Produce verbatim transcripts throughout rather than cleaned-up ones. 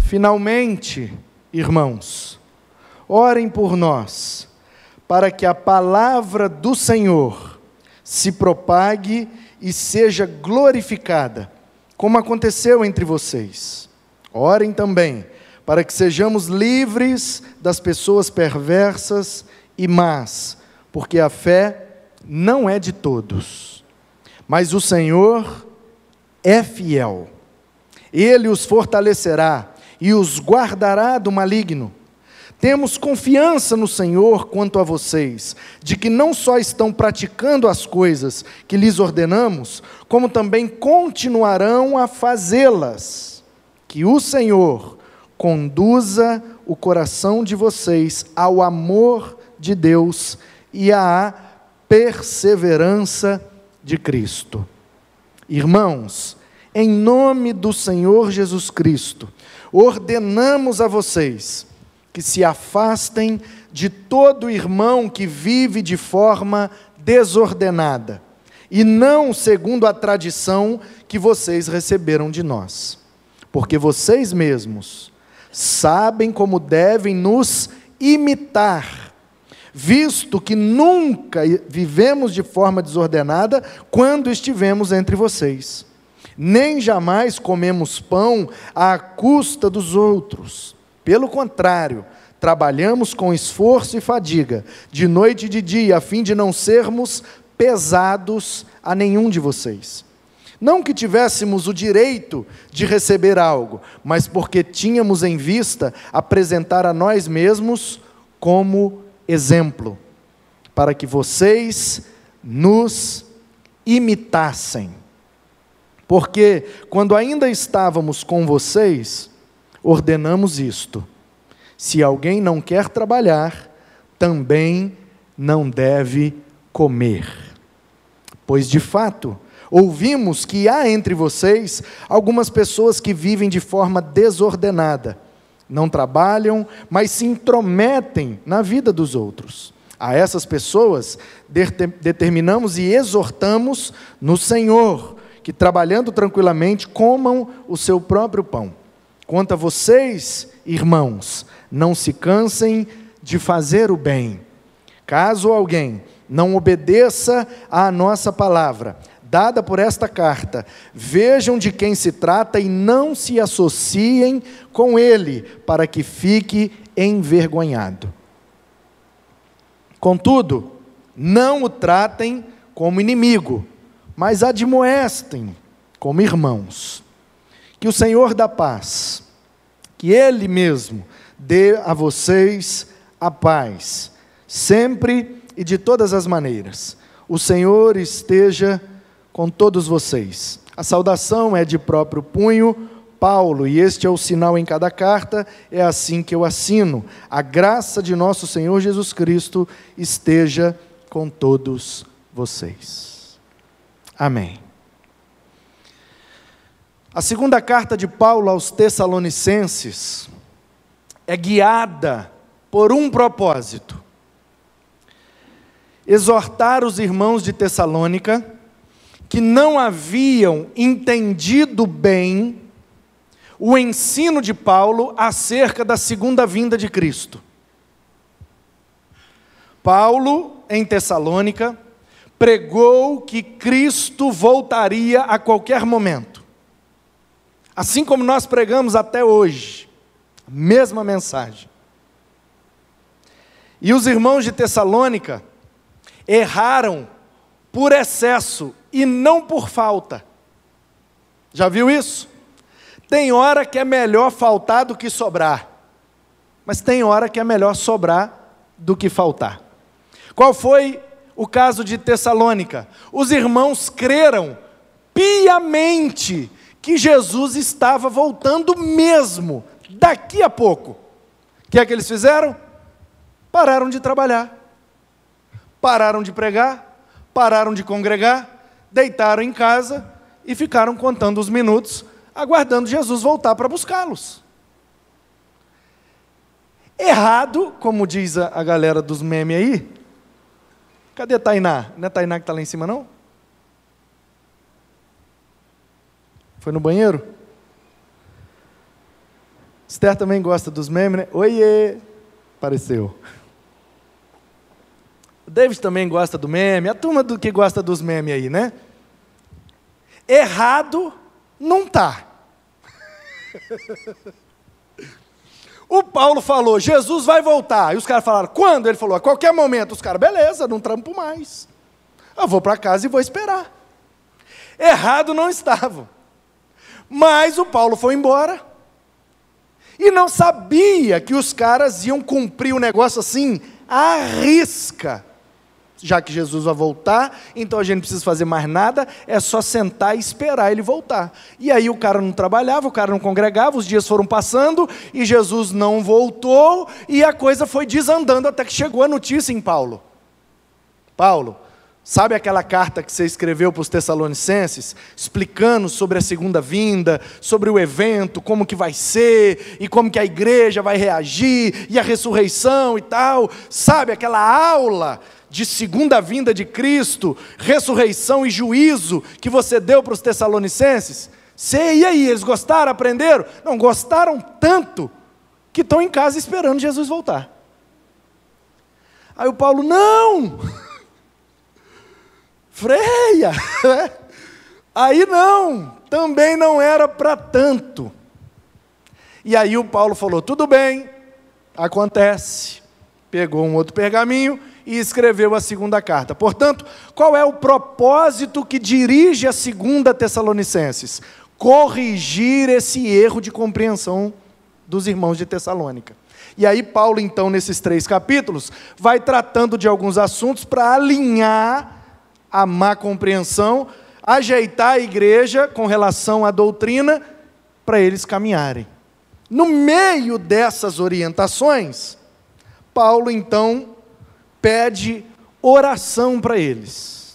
Finalmente, irmãos, orem por nós, para que a palavra do Senhor se propague e seja glorificada, como aconteceu entre vocês. Orem também, para que sejamos livres das pessoas perversas e más, porque a fé não é de todos. Mas o Senhor é fiel. Ele os fortalecerá e os guardará do maligno. Temos confiança no Senhor quanto a vocês, de que não só estão praticando as coisas que lhes ordenamos, como também continuarão a fazê-las. Que o Senhor conduza o coração de vocês ao amor de Deus e à perseverança de Cristo. Irmãos, em nome do Senhor Jesus Cristo, ordenamos a vocês que se afastem de todo irmão que vive de forma desordenada, e não segundo a tradição que vocês receberam de nós, porque vocês mesmos sabem como devem nos imitar, visto que nunca vivemos de forma desordenada quando estivemos entre vocês, nem jamais comemos pão à custa dos outros. Pelo contrário, trabalhamos com esforço e fadiga, de noite e de dia, a fim de não sermos pesados a nenhum de vocês. Não que tivéssemos o direito de receber algo, mas porque tínhamos em vista apresentar a nós mesmos como exemplo, para que vocês nos imitassem. Porque, quando ainda estávamos com vocês, ordenamos isto: se alguém não quer trabalhar, também não deve comer. Pois, de fato, ouvimos que há entre vocês algumas pessoas que vivem de forma desordenada, não trabalham, mas se intrometem na vida dos outros. A essas pessoas determinamos e exortamos no Senhor, que trabalhando tranquilamente comam o seu próprio pão. Quanto a vocês, irmãos, não se cansem de fazer o bem. Caso alguém não obedeça à nossa palavra, dada por esta carta, vejam de quem se trata e não se associem com ele, para que fique envergonhado. Contudo, não o tratem como inimigo, mas admoestem como irmãos. Que o Senhor da paz, que Ele mesmo dê a vocês a paz, sempre e de todas as maneiras. O Senhor esteja com todos vocês. A saudação é de próprio punho, Paulo, e este é o sinal em cada carta, é assim que eu assino. A graça de nosso Senhor Jesus Cristo esteja com todos vocês. Amém. A segunda carta de Paulo aos Tessalonicenses é guiada por um propósito: exortar os irmãos de Tessalônica que não haviam entendido bem o ensino de Paulo acerca da segunda vinda de Cristo. Paulo, em Tessalônica, pregou que Cristo voltaria a qualquer momento. Assim como nós pregamos até hoje, a mesma mensagem. E os irmãos de Tessalônica erraram por excesso e não por falta. Já viu isso? Tem hora que é melhor faltar do que sobrar, mas tem hora que é melhor sobrar do que faltar. Qual foi o caso de Tessalônica? Os irmãos creram piamente que Jesus estava voltando mesmo, daqui a pouco. O que é que eles fizeram? Pararam de trabalhar, pararam de pregar, pararam de congregar, deitaram em casa e ficaram contando os minutos, aguardando Jesus voltar para buscá-los. Errado, como diz a, a galera dos memes aí. Cadê a Tainá? Não é a Tainá que está lá em cima, não? Foi no banheiro? Esther também gosta dos memes, né? Oiê! Apareceu. O David também gosta do meme, a turma do que gosta dos memes aí, né? Errado não tá. O Paulo falou, Jesus vai voltar. E os caras falaram, quando? Ele falou, a qualquer momento. Os caras, beleza, não trampo mais. Eu vou para casa e vou esperar. Errado não estavam. Mas o Paulo foi embora. E não sabia que os caras iam cumprir o negócio assim, à risca. Já que Jesus vai voltar, então a gente não precisa fazer mais nada, é só sentar e esperar ele voltar. E aí o cara não trabalhava, o cara não congregava, os dias foram passando, e Jesus não voltou, e a coisa foi desandando até que chegou a notícia em Paulo. Paulo, sabe aquela carta que você escreveu para os Tessalonicenses, explicando sobre a segunda vinda, sobre o evento, como que vai ser, e como que a igreja vai reagir, e a ressurreição e tal, sabe aquela aula de segunda vinda de Cristo, ressurreição e juízo, que você deu para os Tessalonicenses? Cê, e aí, eles gostaram, aprenderam? Não, gostaram tanto, que estão em casa esperando Jesus voltar. Aí o Paulo, não! Freia! Aí não, também não era para tanto. E aí o Paulo falou, tudo bem, acontece. Pegou um outro pergaminho e escreveu a segunda carta. Portanto, qual é o propósito que dirige a segunda Tessalonicenses? Corrigir esse erro de compreensão dos irmãos de Tessalônica. E aí Paulo, então, nesses três capítulos, vai tratando de alguns assuntos para alinhar a má compreensão, ajeitar a igreja com relação à doutrina, para eles caminharem. No meio dessas orientações, Paulo, então, pede oração para eles.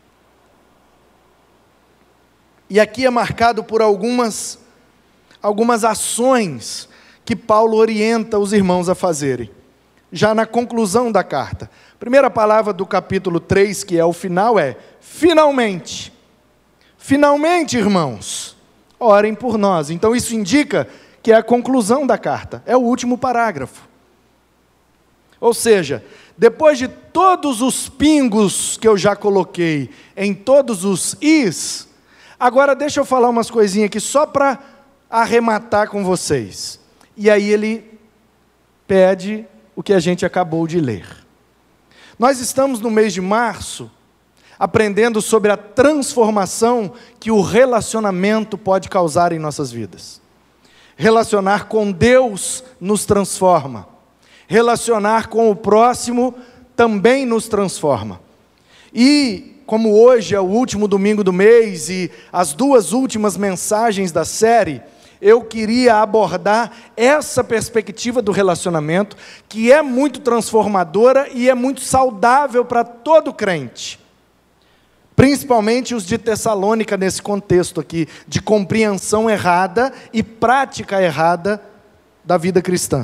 E aqui é marcado por algumas, algumas ações que Paulo orienta os irmãos a fazerem. Já na conclusão da carta. A primeira palavra do capítulo três, que é o final, é finalmente. Finalmente, irmãos, orem por nós. Então isso indica que é a conclusão da carta, é o último parágrafo. Ou seja, depois de todos os pingos que eu já coloquei em todos os is, agora deixa eu falar umas coisinhas aqui só para arrematar com vocês. E aí ele pede o que a gente acabou de ler. Nós estamos no mês de março, aprendendo sobre a transformação que o relacionamento pode causar em nossas vidas. Relacionar com Deus nos transforma. Relacionar com o próximo também nos transforma. E, como hoje é o último domingo do mês e as duas últimas mensagens da série, eu queria abordar essa perspectiva do relacionamento, que é muito transformadora e é muito saudável para todo crente. Principalmente os de Tessalônica, nesse contexto aqui, de compreensão errada e prática errada da vida cristã.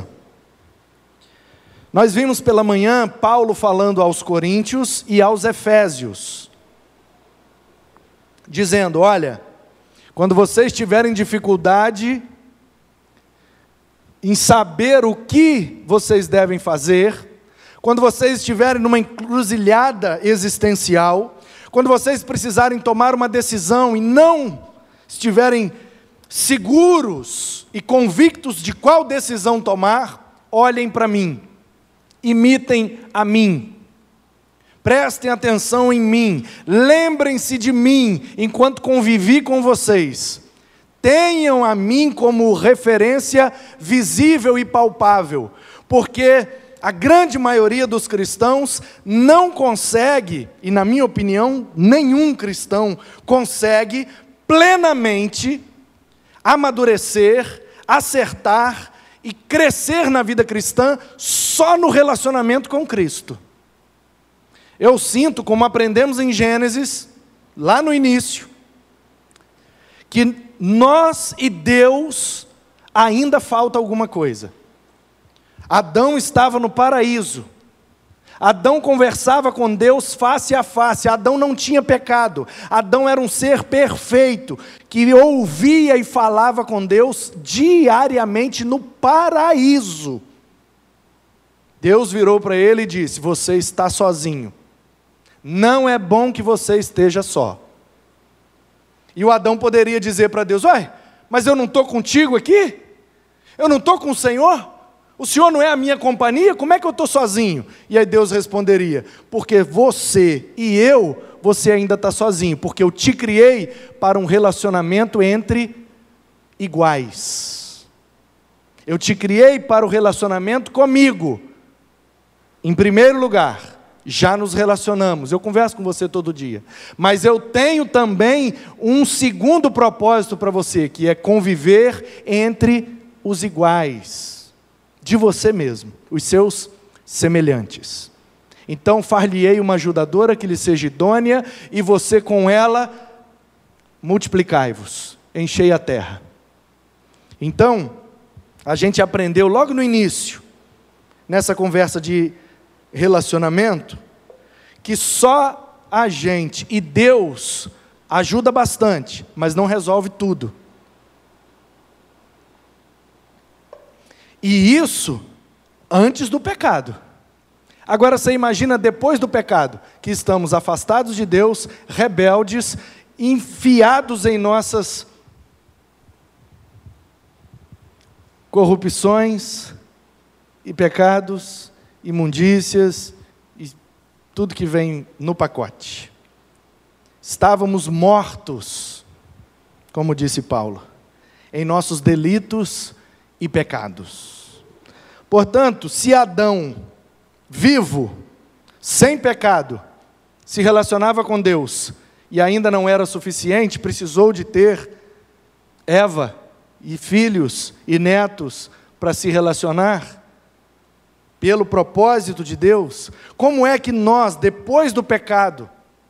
Nós vimos pela manhã Paulo falando aos Coríntios e aos Efésios, dizendo, olha, quando vocês tiverem dificuldade em saber o que vocês devem fazer, quando vocês estiverem numa encruzilhada existencial, quando vocês precisarem tomar uma decisão e não estiverem seguros e convictos de qual decisão tomar, olhem para mim, imitem a mim. Prestem atenção em mim, lembrem-se de mim, enquanto convivi com vocês. Tenham a mim como referência visível e palpável, porque a grande maioria dos cristãos não consegue, e na minha opinião, nenhum cristão consegue plenamente amadurecer, acertar e crescer na vida cristã só no relacionamento com Cristo. Eu sinto, como aprendemos em Gênesis, lá no início, que nós e Deus ainda falta alguma coisa. Adão estava no paraíso. Adão conversava com Deus face a face. Adão não tinha pecado. Adão era um ser perfeito, que ouvia e falava com Deus diariamente no paraíso. Deus virou para ele e disse: você está sozinho. Não é bom que você esteja só. E o Adão poderia dizer para Deus: ué, mas eu não estou contigo aqui? Eu não estou com o Senhor? O Senhor não é a minha companhia? Como é que eu estou sozinho? E aí Deus responderia: porque você e eu, você ainda está sozinho, porque eu te criei para um relacionamento entre iguais. Eu te criei para o relacionamento comigo. Em primeiro lugar, já nos relacionamos, eu converso com você todo dia, mas eu tenho também um segundo propósito para você, que é conviver entre os iguais de você mesmo, os seus semelhantes. Então far-lhe-ei uma ajudadora que lhe seja idônea, e você com ela multiplicai-vos, enchei a terra. Então, a gente aprendeu logo no início, nessa conversa de relacionamento, que só a gente e Deus ajuda bastante, mas não resolve tudo. E isso antes do pecado. Agora você imagina depois do pecado, que estamos afastados de Deus, rebeldes, enfiados em nossas corrupções e pecados, imundícias e tudo que vem no pacote. Estávamos mortos, como disse Paulo, em nossos delitos e pecados. Portanto, se Adão, vivo, sem pecado, se relacionava com Deus e ainda não era suficiente, precisou de ter Eva e filhos e netos para se relacionar pelo propósito de Deus, como é que nós, depois do pecado,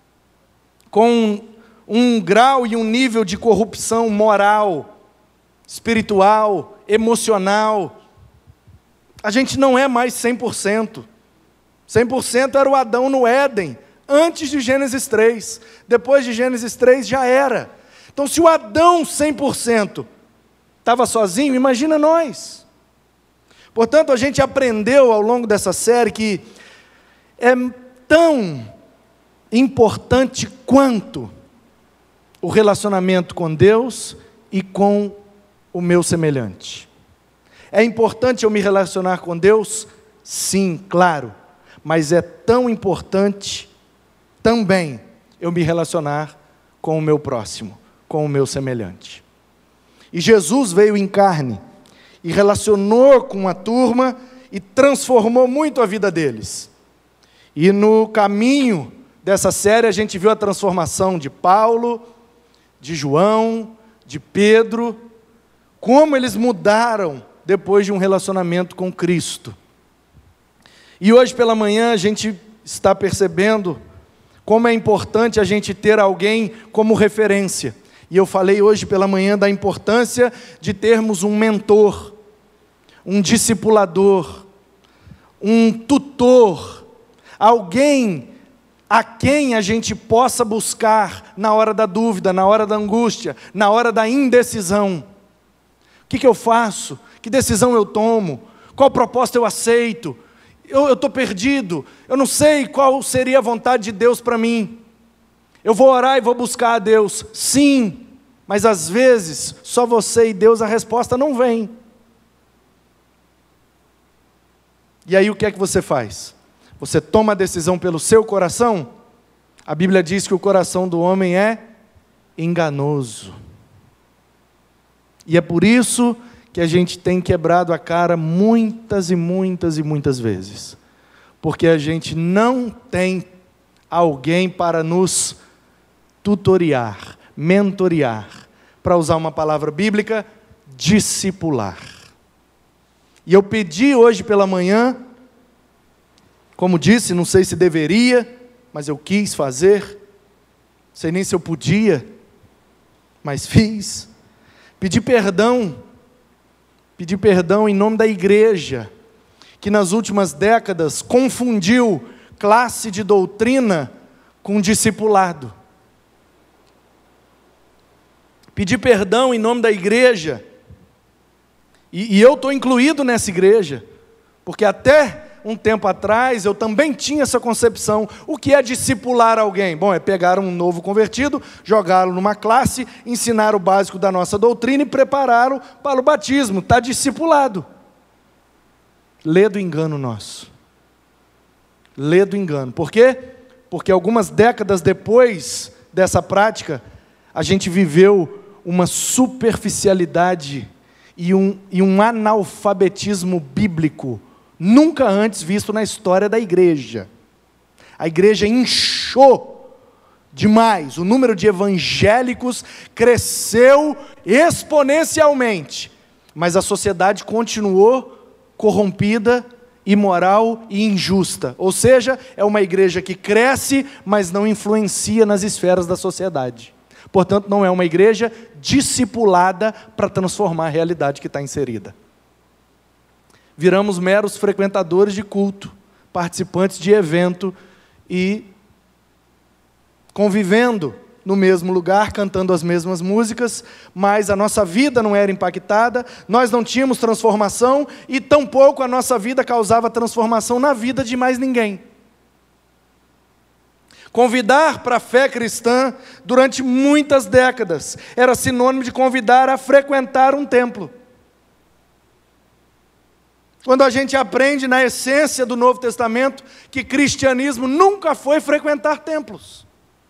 com um grau e um nível de corrupção moral, espiritual, emocional, a gente não é mais cem por cento. cem por cento era o Adão no Éden, antes de Gênesis três. Depois de Gênesis três já era. Então, se o Adão cem por cento estava sozinho, imagina nós. Portanto, a gente aprendeu ao longo dessa série que é tão importante quanto o relacionamento com Deus e com o meu semelhante. É importante eu me relacionar com Deus? Sim, claro. Mas é tão importante também eu me relacionar com o meu próximo, com o meu semelhante. E Jesus veio em carne e relacionou com a turma e transformou muito a vida deles. E no caminho dessa série a gente viu a transformação de Paulo, de João, de Pedro, como eles mudaram depois de um relacionamento com Cristo. E hoje pela manhã a gente está percebendo como é importante a gente ter alguém como referência. E eu falei hoje pela manhã da importância de termos um mentor, um discipulador, um tutor, alguém a quem a gente possa buscar na hora da dúvida, na hora da angústia, na hora da indecisão. O que, que eu faço? Que decisão eu tomo? Qual proposta eu aceito? Eu estou perdido, eu não sei qual seria a vontade de Deus para mim. Eu vou orar e vou buscar a Deus, sim, mas às vezes, só você e Deus, a resposta não vem. E aí o que é que você faz? Você toma a decisão pelo seu coração? A Bíblia diz que o coração do homem é enganoso. E é por isso que a gente tem quebrado a cara muitas e muitas e muitas vezes. Porque a gente não tem alguém para nos tutoriar, mentorear, para usar uma palavra bíblica, discipular. E eu pedi hoje pela manhã, como disse, não sei se deveria, mas eu quis fazer, não sei nem se eu podia, mas fiz. Pedi perdão, pedi perdão em nome da igreja, que nas últimas décadas confundiu classe de doutrina com discipulado. Pedir perdão em nome da igreja, e, e eu estou incluído nessa igreja, porque até um tempo atrás eu também tinha essa concepção. O que é discipular alguém? Bom, é pegar um novo convertido, jogá-lo numa classe, ensinar o básico da nossa doutrina e prepará-lo para o batismo. Está discipulado. Lê do engano nosso. Lê do engano. Por quê? Porque algumas décadas depois dessa prática, a gente viveu uma superficialidade e um, e um analfabetismo bíblico nunca antes visto na história da igreja. A igreja inchou demais, o número de evangélicos cresceu exponencialmente, mas a sociedade continuou corrompida, imoral e injusta. Ou seja, é uma igreja que cresce, mas não influencia nas esferas da sociedade. Portanto, não é uma igreja discipulada para transformar a realidade que está inserida. Viramos meros frequentadores de culto, participantes de evento e convivendo no mesmo lugar, cantando as mesmas músicas, mas a nossa vida não era impactada, nós não tínhamos transformação e tampouco a nossa vida causava transformação na vida de mais ninguém. Convidar para a fé cristã durante muitas décadas era sinônimo de convidar a frequentar um templo. Quando a gente aprende na essência do Novo Testamento que cristianismo nunca foi frequentar templos.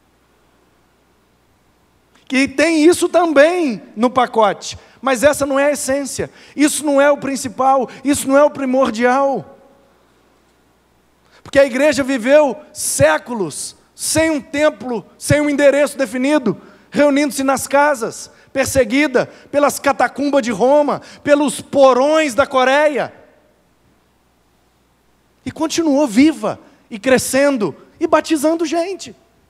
Que tem isso também no pacote, mas essa não é a essência, isso não é o principal, isso não é o primordial. Porque a igreja viveu séculos sem um templo, sem um endereço definido, reunindo-se nas casas, perseguida pelas catacumbas de Roma, pelos porões da Coreia. E continuou viva, e crescendo, e batizando gente.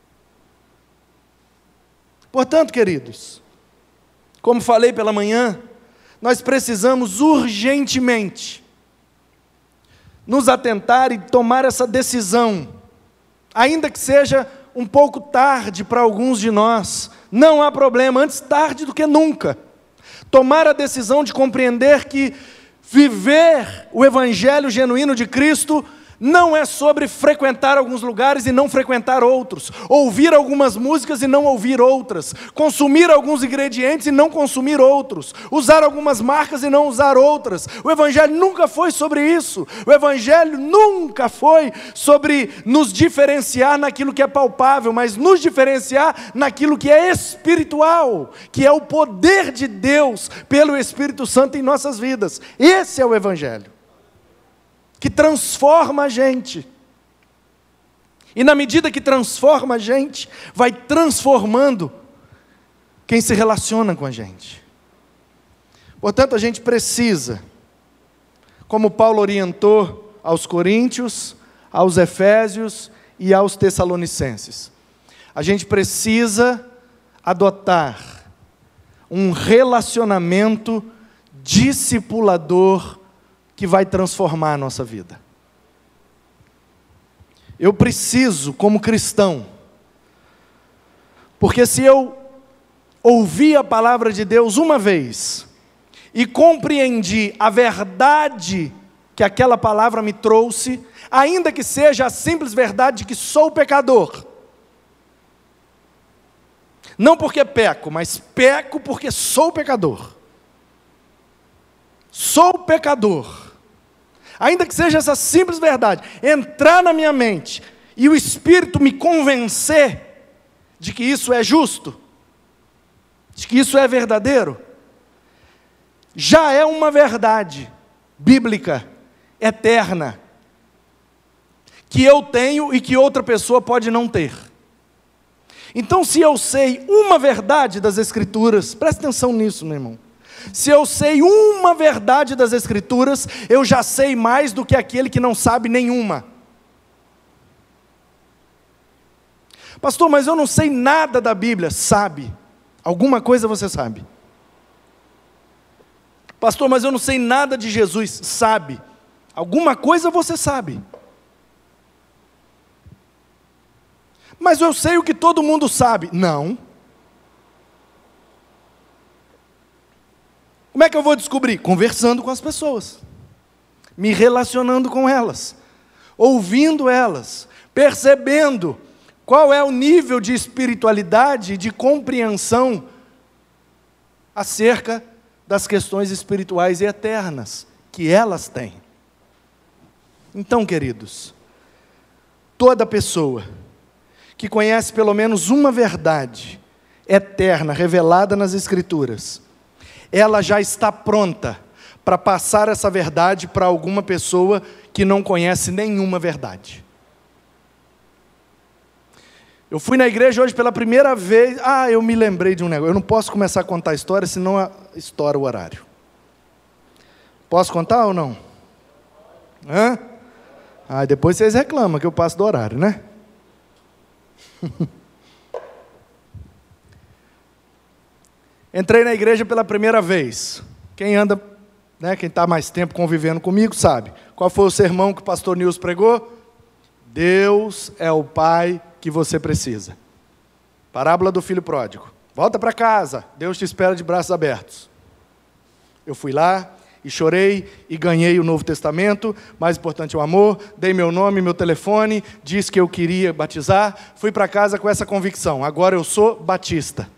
Portanto, queridos, como falei pela manhã, nós precisamos urgentemente nos atentar e tomar essa decisão, ainda que seja um pouco tarde para alguns de nós, não há problema, antes tarde do que nunca. Tomar a decisão de compreender que viver o evangelho genuíno de Cristo não é sobre frequentar alguns lugares e não frequentar outros, ouvir algumas músicas e não ouvir outras, consumir alguns ingredientes e não consumir outros, usar algumas marcas e não usar outras. O evangelho nunca foi sobre isso. O evangelho nunca foi sobre nos diferenciar naquilo que é palpável, mas nos diferenciar naquilo que é espiritual, que é o poder de Deus pelo Espírito Santo em nossas vidas. Esse é o evangelho que transforma a gente, e na medida que transforma a gente, vai transformando quem se relaciona com a gente. Portanto, a gente precisa, como Paulo orientou aos coríntios, aos efésios e aos tessalonicenses, a gente precisa adotar um relacionamento discipulador que vai transformar a nossa vida. Eu preciso, como cristão, porque se eu ouvi a palavra de Deus uma vez, e compreendi a verdade que aquela palavra me trouxe, ainda que seja a simples verdade de que sou pecador, não porque peco, mas peco porque sou pecador, sou pecador, ainda que seja essa simples verdade, entrar na minha mente, e o Espírito me convencer de que isso é justo, de que isso é verdadeiro, já é uma verdade bíblica, eterna, que eu tenho e que outra pessoa pode não ter. Então, se eu sei uma verdade das Escrituras, preste atenção nisso, meu irmão. Se eu sei uma verdade das Escrituras, eu já sei mais do que aquele que não sabe nenhuma. Pastor, mas eu não sei nada da Bíblia. Sabe, alguma coisa você sabe. Pastor, mas eu não sei nada de Jesus. Sabe, alguma coisa você sabe. Mas eu sei o que todo mundo sabe. Não. Como é que eu vou descobrir? Conversando com as pessoas, me relacionando com elas, ouvindo elas, percebendo qual é o nível de espiritualidade e de compreensão acerca das questões espirituais e eternas que elas têm. Então, queridos, toda pessoa que conhece pelo menos uma verdade eterna revelada nas Escrituras, ela já está pronta para passar essa verdade para alguma pessoa que não conhece nenhuma verdade. Eu fui na igreja hoje pela primeira vez. Ah, eu me lembrei de um negócio. Eu não posso começar a contar a história, senão estoura o horário. Posso contar ou não? Hã? Ah, depois vocês reclamam que eu passo do horário, né? Entrei na igreja pela primeira vez. Quem anda, né, quem está mais tempo convivendo comigo, sabe. Qual foi o sermão que o pastor Nils pregou? Deus é o Pai que você precisa. Parábola do filho pródigo. Volta para casa, Deus te espera de braços abertos. Eu fui lá e chorei e ganhei o Novo Testamento, mais importante o amor, dei meu nome, meu telefone, disse que eu queria batizar, fui para casa com essa convicção, agora eu sou batista.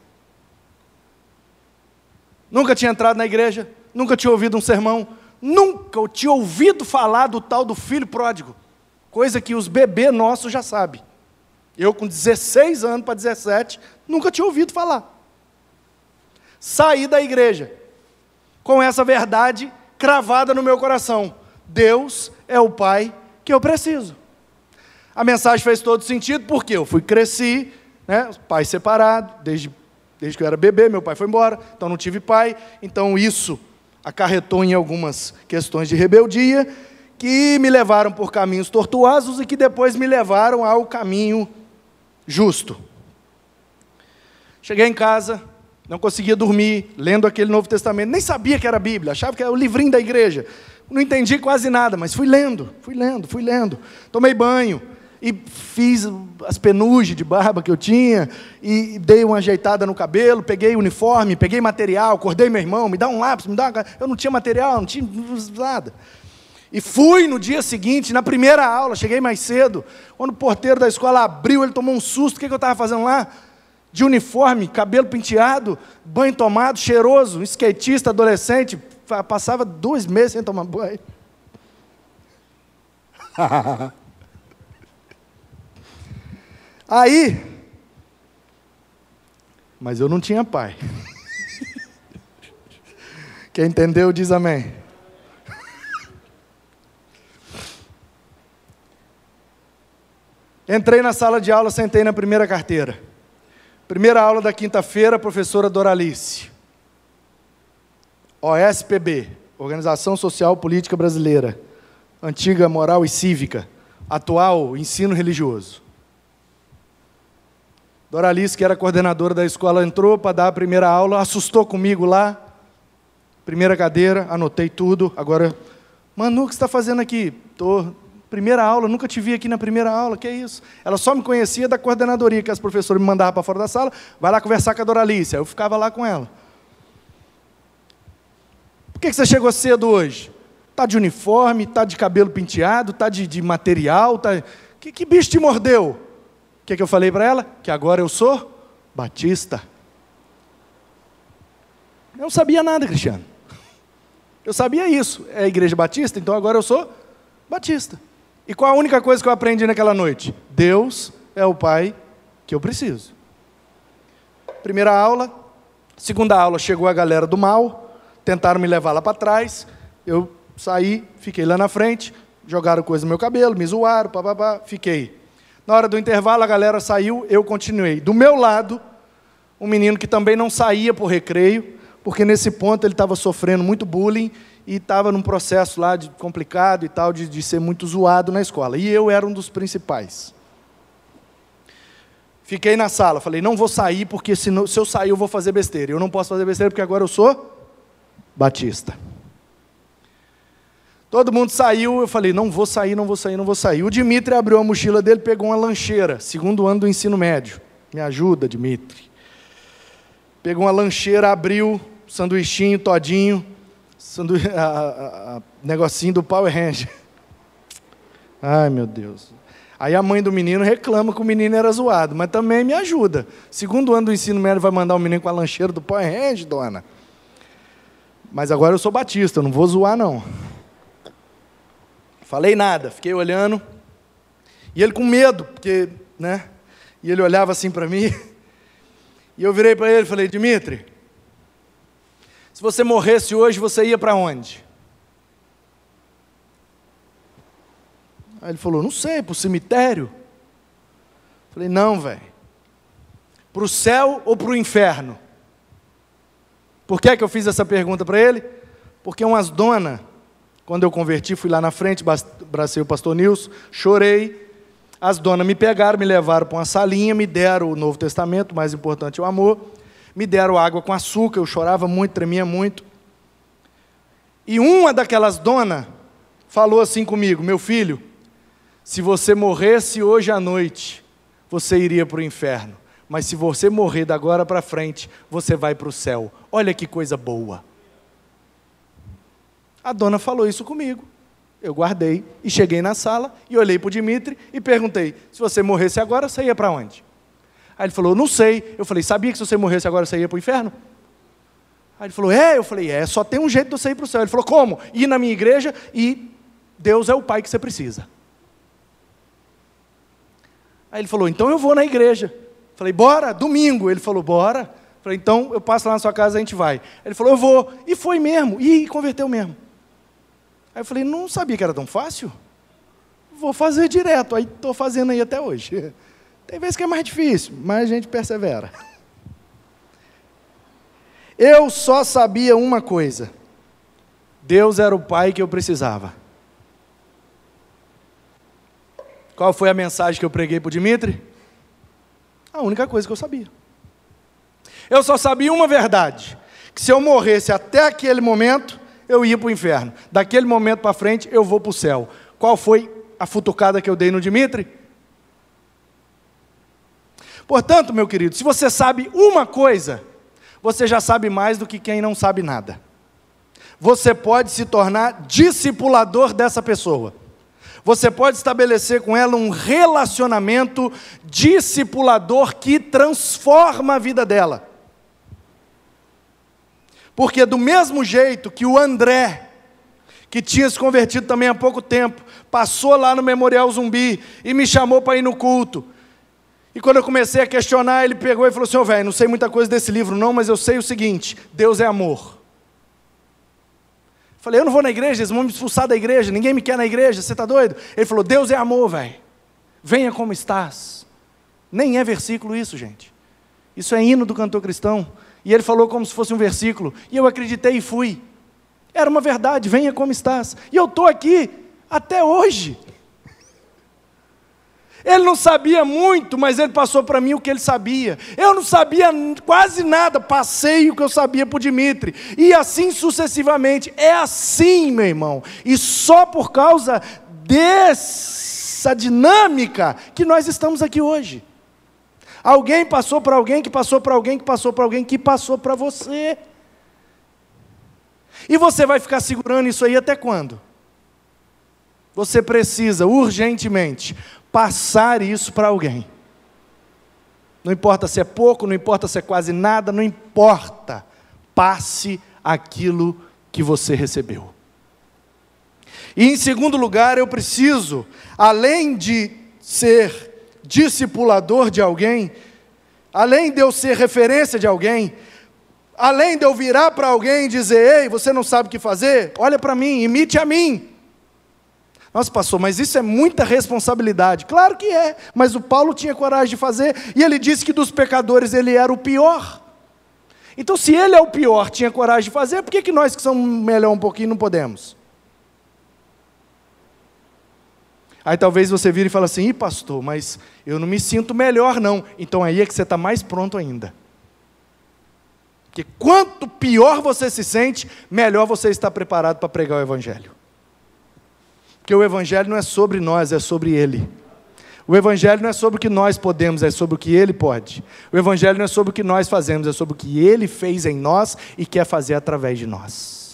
Nunca tinha entrado na igreja, nunca tinha ouvido um sermão, nunca tinha ouvido falar do tal do filho pródigo, coisa que os bebês nossos já sabem. Eu com dezesseis anos para dezessete, nunca tinha ouvido falar. Saí da igreja com essa verdade cravada no meu coração. Deus é o Pai que eu preciso. A mensagem fez todo sentido, porque eu fui, cresci, né, pai separado, desde, desde que eu era bebê, meu pai foi embora, então não tive pai, então isso acarretou em algumas questões de rebeldia, que me levaram por caminhos tortuosos e que depois me levaram ao caminho justo. Cheguei em casa, não conseguia dormir, lendo aquele Novo Testamento, nem sabia que era a Bíblia, achava que era o livrinho da igreja, não entendi quase nada, mas fui lendo, fui lendo, fui lendo, tomei banho, e fiz as penugens de barba que eu tinha, e dei uma ajeitada no cabelo, peguei o uniforme, peguei material, acordei meu irmão, me dá um lápis, me dá uma... eu não tinha material, não tinha nada. E fui no dia seguinte, na primeira aula, cheguei mais cedo, quando o porteiro da escola abriu, ele tomou um susto, o que eu estava fazendo lá? De uniforme, cabelo penteado, banho tomado, cheiroso, skatista, adolescente, passava dois meses sem tomar banho. Aí, mas eu não tinha pai. Quem entendeu diz amém. Entrei na sala de aula, sentei na primeira carteira. Primeira aula da quinta-feira, professora Doralice. O S P B, Organização Social Política Brasileira. Antiga Moral e Cívica. Atual Ensino Religioso. Doralice, que era coordenadora da escola, entrou para dar a primeira aula, assustou comigo lá. Primeira cadeira, anotei tudo. Agora, Manu, o que você está fazendo aqui? Estou... Primeira aula, nunca te vi aqui na primeira aula, que é isso? Ela só me conhecia da coordenadoria, que as professoras me mandavam para fora da sala, vai lá conversar com a Doralice. Aí eu ficava lá com ela. Por que você chegou cedo hoje? Está de uniforme, está de cabelo penteado, está de, de material, tá... Que, que bicho te mordeu? O que, que eu falei para ela? Que agora eu sou batista. Eu não sabia nada, Cristiano. Eu sabia isso. É a igreja batista, então agora eu sou batista. E qual a única coisa que eu aprendi naquela noite? Deus é o Pai que eu preciso. Primeira aula. Segunda aula, chegou a galera do mal. Tentaram me levar lá para trás. Eu saí, fiquei lá na frente. Jogaram coisa no meu cabelo, me zoaram, papapá, fiquei. Na hora do intervalo, a galera saiu, eu continuei. Do meu lado, um menino que também não saía por recreio, porque nesse ponto ele estava sofrendo muito bullying, e estava num processo lá de, complicado e tal, de, de ser muito zoado na escola. E eu era um dos principais. Fiquei na sala, falei, não vou sair, porque se, não, se eu sair eu vou fazer besteira. Eu não posso fazer besteira porque agora eu sou batista. Todo mundo saiu, eu falei, não vou sair, não vou sair, não vou sair. O Dimitri abriu a mochila dele, pegou uma lancheira, segundo ano do ensino médio. Me ajuda, Dimitri. Pegou uma lancheira, abriu, sanduichinho, todinho, sandu... a, a, a, negocinho do Power Ranger. Ai, meu Deus. Aí a mãe do menino reclama que o menino era zoado, mas também me ajuda. Segundo ano do ensino médio vai mandar o menino com a lancheira do Power Ranger, dona. Mas agora eu sou batista, eu não vou zoar, não. Falei nada, fiquei olhando. E ele com medo, porque, né? E ele olhava assim para mim. E eu virei para ele e falei, Dimitri, se você morresse hoje, você ia para onde? Aí ele falou, não sei, para o cemitério. Falei, não, velho. Para o céu ou para o inferno? Por que é que eu fiz essa pergunta para ele? Porque umas donas, quando eu converti, fui lá na frente, abracei o pastor Nilson, chorei. As donas me pegaram, me levaram para uma salinha, me deram o Novo Testamento, o mais importante é o amor. Me deram água com açúcar, eu chorava muito, tremia muito. E uma daquelas donas falou assim comigo, meu filho, se você morresse hoje à noite, você iria para o inferno. Mas se você morrer da agora para frente, você vai para o céu. Olha que coisa boa. A dona falou isso comigo. Eu guardei e cheguei na sala e olhei para o Dimitri e perguntei, se você morresse agora, você ia para onde? Aí ele falou, não sei. Eu falei, sabia que se você morresse agora, você ia para o inferno? Aí ele falou, é? Eu falei, é, só tem um jeito de você ir para o céu. Ele falou, como? Ir na minha igreja e Deus é o pai que você precisa. Aí ele falou, então eu vou na igreja. Falei, bora, domingo. Ele falou, bora. Falei, então eu passo lá na sua casa e a gente vai. Ele falou, eu vou. E foi mesmo. E converteu mesmo. Aí eu falei, não sabia que era tão fácil. Vou fazer direto. Aí estou fazendo aí até hoje. Tem vezes que é mais difícil, mas a gente persevera. Eu só sabia uma coisa. Deus era o pai que eu precisava. Qual foi a mensagem que eu preguei para o Dimitri? A única coisa que eu sabia. Eu só sabia uma verdade, que se eu morresse até aquele momento, eu ia para o inferno. Daquele momento para frente, eu vou para o céu. Qual foi a futucada que eu dei no Dimitri? Portanto, meu querido, se você sabe uma coisa, você já sabe mais do que quem não sabe nada. Você pode se tornar discipulador dessa pessoa. Você pode estabelecer com ela um relacionamento discipulador que transforma a vida dela. Porque do mesmo jeito que o André, que tinha se convertido também há pouco tempo, passou lá no Memorial Zumbi e me chamou para ir no culto. E quando eu comecei a questionar, ele pegou e falou assim, ô velho, não sei muita coisa desse livro não, mas eu sei o seguinte, Deus é amor. Falei, eu não vou na igreja, eles vão me expulsar da igreja, ninguém me quer na igreja, você está doido? Ele falou, Deus é amor, velho. Venha como estás. Nem é versículo isso, gente. Isso é hino do cantor cristão. E ele falou como se fosse um versículo. E eu acreditei e fui. Era uma verdade, venha como estás. E eu estou aqui até hoje. Ele não sabia muito, mas ele passou para mim o que ele sabia. Eu não sabia quase nada, passei o que eu sabia para o Dimitri. E assim sucessivamente. É assim, meu irmão. E só por causa dessa dinâmica que nós estamos aqui hoje. Alguém passou para alguém, que passou para alguém, que passou para alguém, que passou para você. E você vai ficar segurando isso aí até quando? Você precisa urgentemente passar isso para alguém. Não importa se é pouco, não importa se é quase nada, não importa. Passe aquilo que você recebeu. E em segundo lugar, eu preciso, além de ser discipulador de alguém, além de eu ser referência de alguém, além de eu virar para alguém e dizer, ei, você não sabe o que fazer? Olha para mim, imite a mim. Nossa, pastor, mas isso é muita responsabilidade. Claro que é, mas o Paulo tinha coragem de fazer, e ele disse que dos pecadores ele era o pior. Então, se ele é o pior, tinha coragem de fazer, por que, que nós que somos melhor um pouquinho não podemos? Aí talvez você vire e fale assim, ih pastor, mas eu não me sinto melhor não. Então aí é que você está mais pronto ainda. Porque quanto pior você se sente, melhor você está preparado para pregar o Evangelho. Porque o Evangelho não é sobre nós, é sobre Ele. O Evangelho não é sobre o que nós podemos, é sobre o que Ele pode. O Evangelho não é sobre o que nós fazemos, é sobre o que Ele fez em nós e quer fazer através de nós.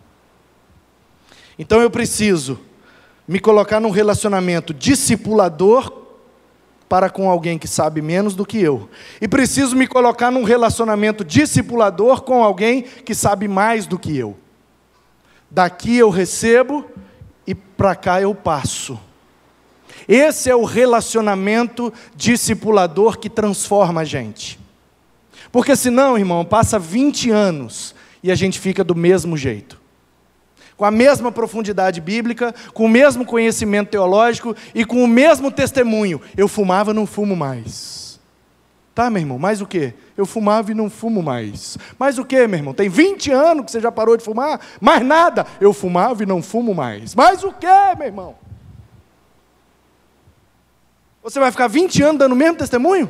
Então eu preciso me colocar num relacionamento discipulador para com alguém que sabe menos do que eu. E preciso me colocar num relacionamento discipulador com alguém que sabe mais do que eu. Daqui eu recebo e para cá eu passo. Esse é o relacionamento discipulador que transforma a gente. Porque senão, irmão, passa vinte anos e a gente fica do mesmo jeito. Com a mesma profundidade bíblica, com o mesmo conhecimento teológico e com o mesmo testemunho. Eu fumava e não fumo mais. Tá, meu irmão, mais o quê? Eu fumava e não fumo mais. Mais o quê, meu irmão? Tem vinte anos que você já parou de fumar? Mais nada. Eu fumava e não fumo mais. Mais o quê, meu irmão? Você vai ficar vinte anos dando o mesmo testemunho?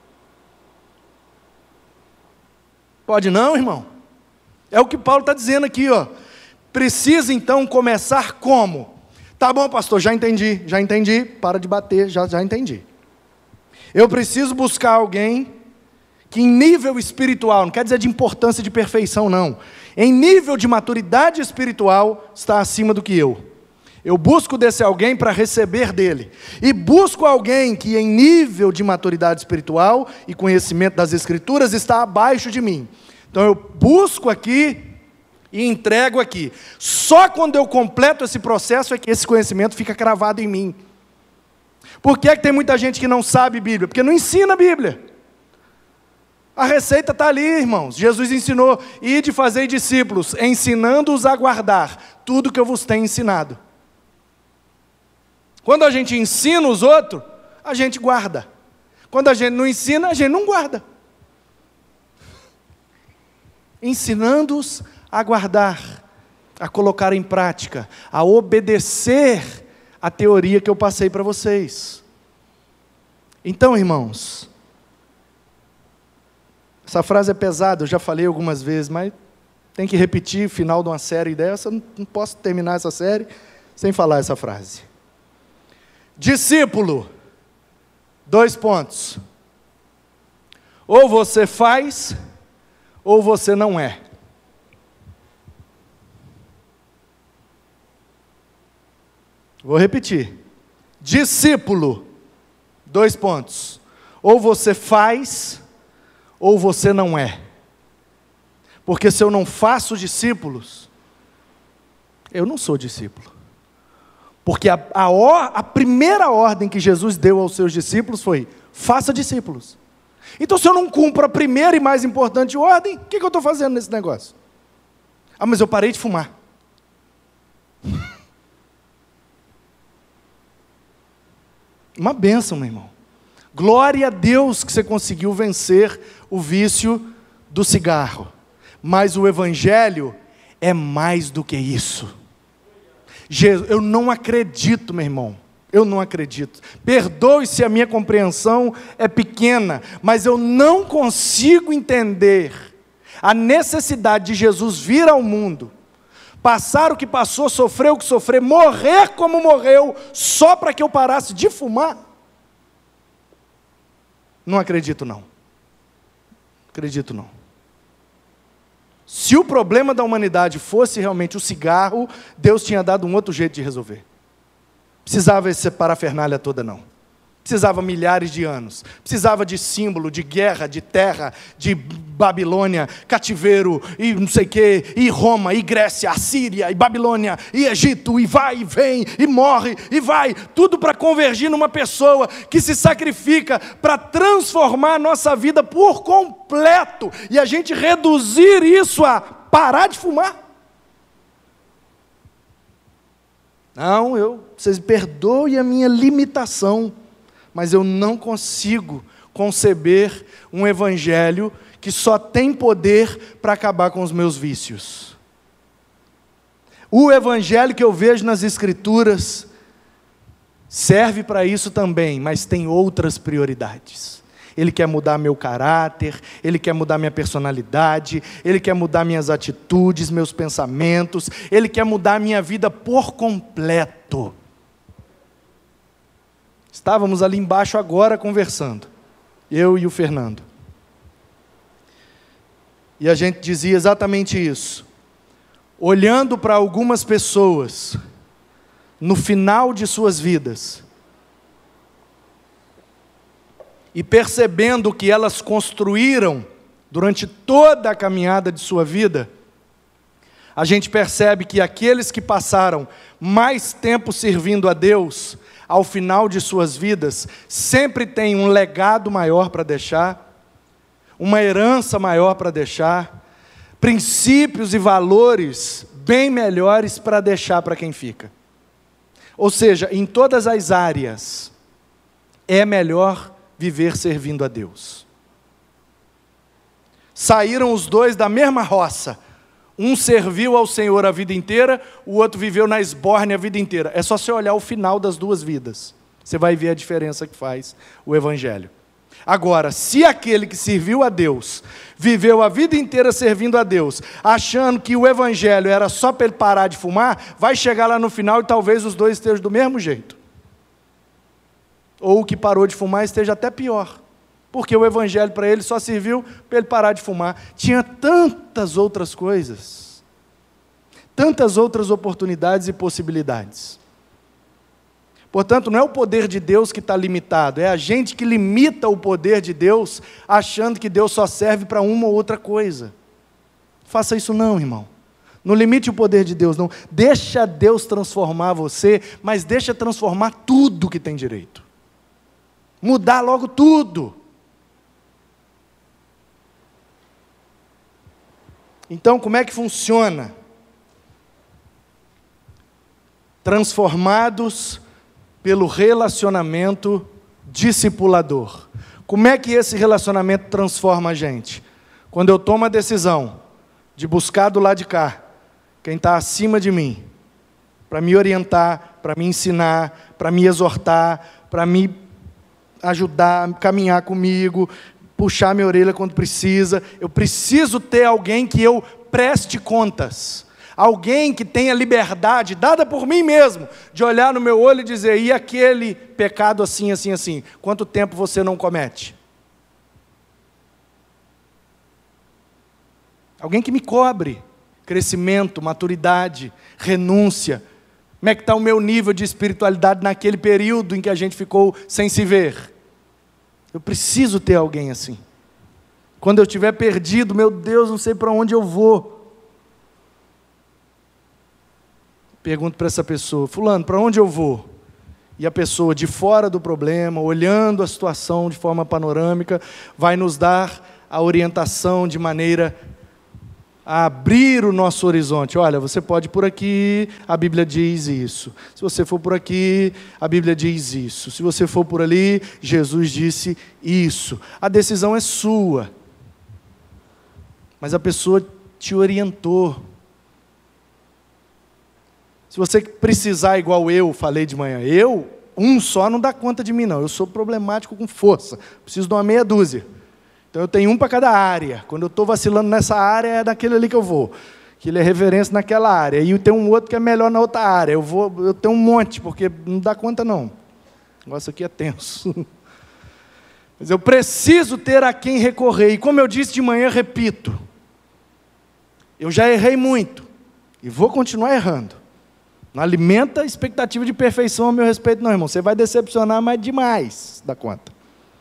Pode não, irmão. É o que Paulo está dizendo aqui, ó. Precisa então começar como? Tá bom, pastor, já entendi, já entendi, para de bater, já, já entendi. Eu preciso buscar alguém que em nível espiritual, não quer dizer de importância de perfeição não, em nível de maturidade espiritual, está acima do que eu. Eu busco desse alguém para receber dele. E busco alguém que em nível de maturidade espiritual e conhecimento das Escrituras está abaixo de mim. Então eu busco aqui e entrego aqui. Só quando eu completo esse processo é que esse conhecimento fica cravado em mim. Por que é que tem muita gente que não sabe Bíblia? Porque não ensina a Bíblia. A receita está ali, irmãos. Jesus ensinou, ide fazer discípulos, ensinando-os a guardar tudo que eu vos tenho ensinado. Quando a gente ensina os outros, a gente guarda. Quando a gente não ensina, a gente não guarda. Ensinando-os a guardar, a colocar em prática, a obedecer a teoria que eu passei para vocês. Então, irmãos, essa frase é pesada, eu já falei algumas vezes, mas tem que repetir, final de uma série dessa, eu não posso terminar essa série sem falar essa frase. Discípulo, dois pontos. Ou você faz, ou você não é. Vou repetir. Discípulo, dois pontos. Ou você faz, ou você não é. Porque se eu não faço discípulos, eu não sou discípulo. Porque a, a, or, a primeira ordem que Jesus deu aos seus discípulos foi, faça discípulos. Então se eu não cumpro a primeira e mais importante ordem, o que, que eu estou fazendo nesse negócio? Ah, mas eu parei de fumar. Uma bênção, meu irmão. Glória a Deus que você conseguiu vencer o vício do cigarro. Mas o Evangelho é mais do que isso. Jesus, eu não acredito, meu irmão. Eu não acredito. Perdoe se a minha compreensão é pequena, mas eu não consigo entender a necessidade de Jesus vir ao mundo, passar o que passou, sofrer o que sofreu, morrer como morreu, só para que eu parasse de fumar? Não acredito não. Acredito não. Se o problema da humanidade fosse realmente o cigarro, Deus tinha dado um outro jeito de resolver. Precisava essa parafernália toda não. Precisava milhares de anos. Precisava de símbolo, de guerra, de terra, de Babilônia, cativeiro, e não sei o quê, e Roma, e Grécia, Assíria, e Babilônia, e Egito, e vai, e vem, e morre, e vai. Tudo para convergir numa pessoa que se sacrifica para transformar a nossa vida por completo. E a gente reduzir isso a parar de fumar. Não, eu, vocês perdoem a minha limitação, mas eu não consigo conceber um evangelho que só tem poder para acabar com os meus vícios. O evangelho que eu vejo nas Escrituras serve para isso também, mas tem outras prioridades. Ele quer mudar meu caráter, Ele quer mudar minha personalidade, Ele quer mudar minhas atitudes, meus pensamentos, Ele quer mudar minha vida por completo. Estávamos ali embaixo agora conversando, eu e o Fernando. E a gente dizia exatamente isso. Olhando para algumas pessoas, no final de suas vidas, e percebendo o que elas construíram durante toda a caminhada de sua vida, a gente percebe que aqueles que passaram mais tempo servindo a Deus, ao final de suas vidas, sempre têm um legado maior para deixar, uma herança maior para deixar, princípios e valores bem melhores para deixar para quem fica. Ou seja, em todas as áreas, é melhor viver servindo a Deus. Saíram os dois da mesma roça. Um serviu ao Senhor a vida inteira, o outro viveu na esbórnia a vida inteira. É só você olhar o final das duas vidas. Você vai ver a diferença que faz o Evangelho. Agora, se aquele que serviu a Deus, viveu a vida inteira servindo a Deus, achando que o Evangelho era só para ele parar de fumar, vai chegar lá no final e talvez os dois estejam do mesmo jeito. Ou o que parou de fumar esteja até pior, porque o Evangelho para ele só serviu para ele parar de fumar. Tinha tantas outras coisas, tantas outras oportunidades e possibilidades. Portanto, não é o poder de Deus que está limitado, é a gente que limita o poder de Deus, achando que Deus só serve para uma ou outra coisa. Faça isso não, irmão. Não limite o poder de Deus, não. Deixa Deus transformar você, mas deixa transformar tudo que tem direito. Mudar logo tudo. Então, como é que funciona? Transformados pelo relacionamento discipulador. Como é que esse relacionamento transforma a gente? Quando eu tomo a decisão de buscar do lado de cá, quem está acima de mim, para me orientar, para me ensinar, para me exortar, para me ajudar, caminhar comigo, puxar minha orelha quando precisa. Eu preciso ter alguém que eu preste contas. Alguém que tenha liberdade, dada por mim mesmo, de olhar no meu olho e dizer, e aquele pecado assim, assim, assim, quanto tempo você não comete? Alguém que me cobre crescimento, maturidade, renúncia. Como é que está o meu nível de espiritualidade naquele período em que a gente ficou sem se ver? Eu preciso ter alguém assim. Quando eu estiver perdido, meu Deus, não sei para onde eu vou. Pergunto para essa pessoa, fulano, para onde eu vou? E a pessoa de fora do problema, olhando a situação de forma panorâmica, vai nos dar a orientação de maneira a abrir o nosso horizonte. Olha, você pode ir por aqui, a Bíblia diz isso. Se você for por aqui, a Bíblia diz isso. Se você for por ali, Jesus disse isso. A decisão é sua. Mas a pessoa te orientou. Se você precisar, igual eu falei de manhã, eu, um só não dá conta de mim não, eu sou problemático com força, preciso de uma meia dúzia. Então eu tenho um para cada área, quando eu estou vacilando nessa área, é daquele ali que eu vou, que ele é referência naquela área, e tem um outro que é melhor na outra área, eu, vou, eu tenho um monte, porque não dá conta não, o negócio aqui é tenso. Mas eu preciso ter a quem recorrer, e como eu disse de manhã, repito, eu já errei muito, e vou continuar errando. Não alimenta a expectativa de perfeição a meu respeito, não, irmão. Você vai decepcionar mais demais da conta.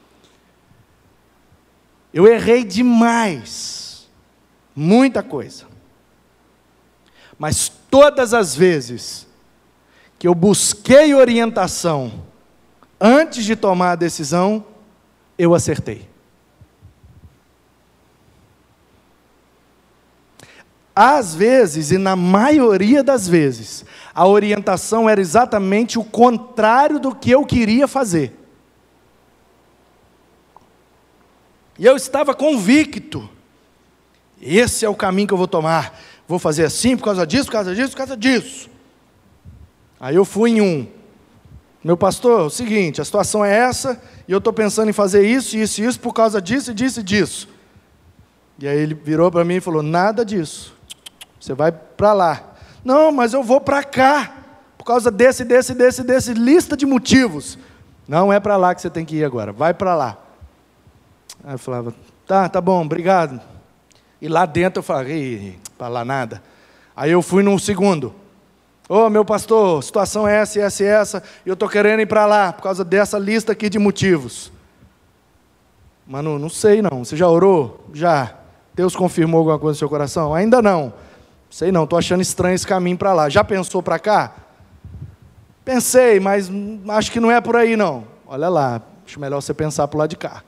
Eu errei demais. Muita coisa. Mas todas as vezes que eu busquei orientação antes de tomar a decisão, eu acertei. Às vezes, e na maioria das vezes, a orientação era exatamente o contrário do que eu queria fazer. E eu estava convicto, esse é o caminho que eu vou tomar, vou fazer assim por causa disso, por causa disso, por causa disso. Aí eu fui em um, meu pastor, é o seguinte, a situação é essa, e eu estou pensando em fazer isso, isso e isso, por causa disso, disso e disso. E aí ele virou para mim e falou, nada disso. Você vai para lá. Não, mas eu vou para cá, por causa desse, desse, desse, desse, lista de motivos. Não é para lá que você tem que ir agora, vai para lá. Aí eu falava, tá, tá bom, obrigado. E lá dentro eu falei, para lá nada. Aí eu fui no segundo. Ô, meu pastor, situação é essa, essa e essa, e eu estou querendo ir para lá, por causa dessa lista aqui de motivos. Mano, não sei não, você já orou? Já. Deus confirmou alguma coisa no seu coração? Ainda não. Sei não, estou achando estranho esse caminho para lá. Já pensou para cá? Pensei, mas acho que não é por aí não. Olha lá, acho melhor você pensar para o lado de cá.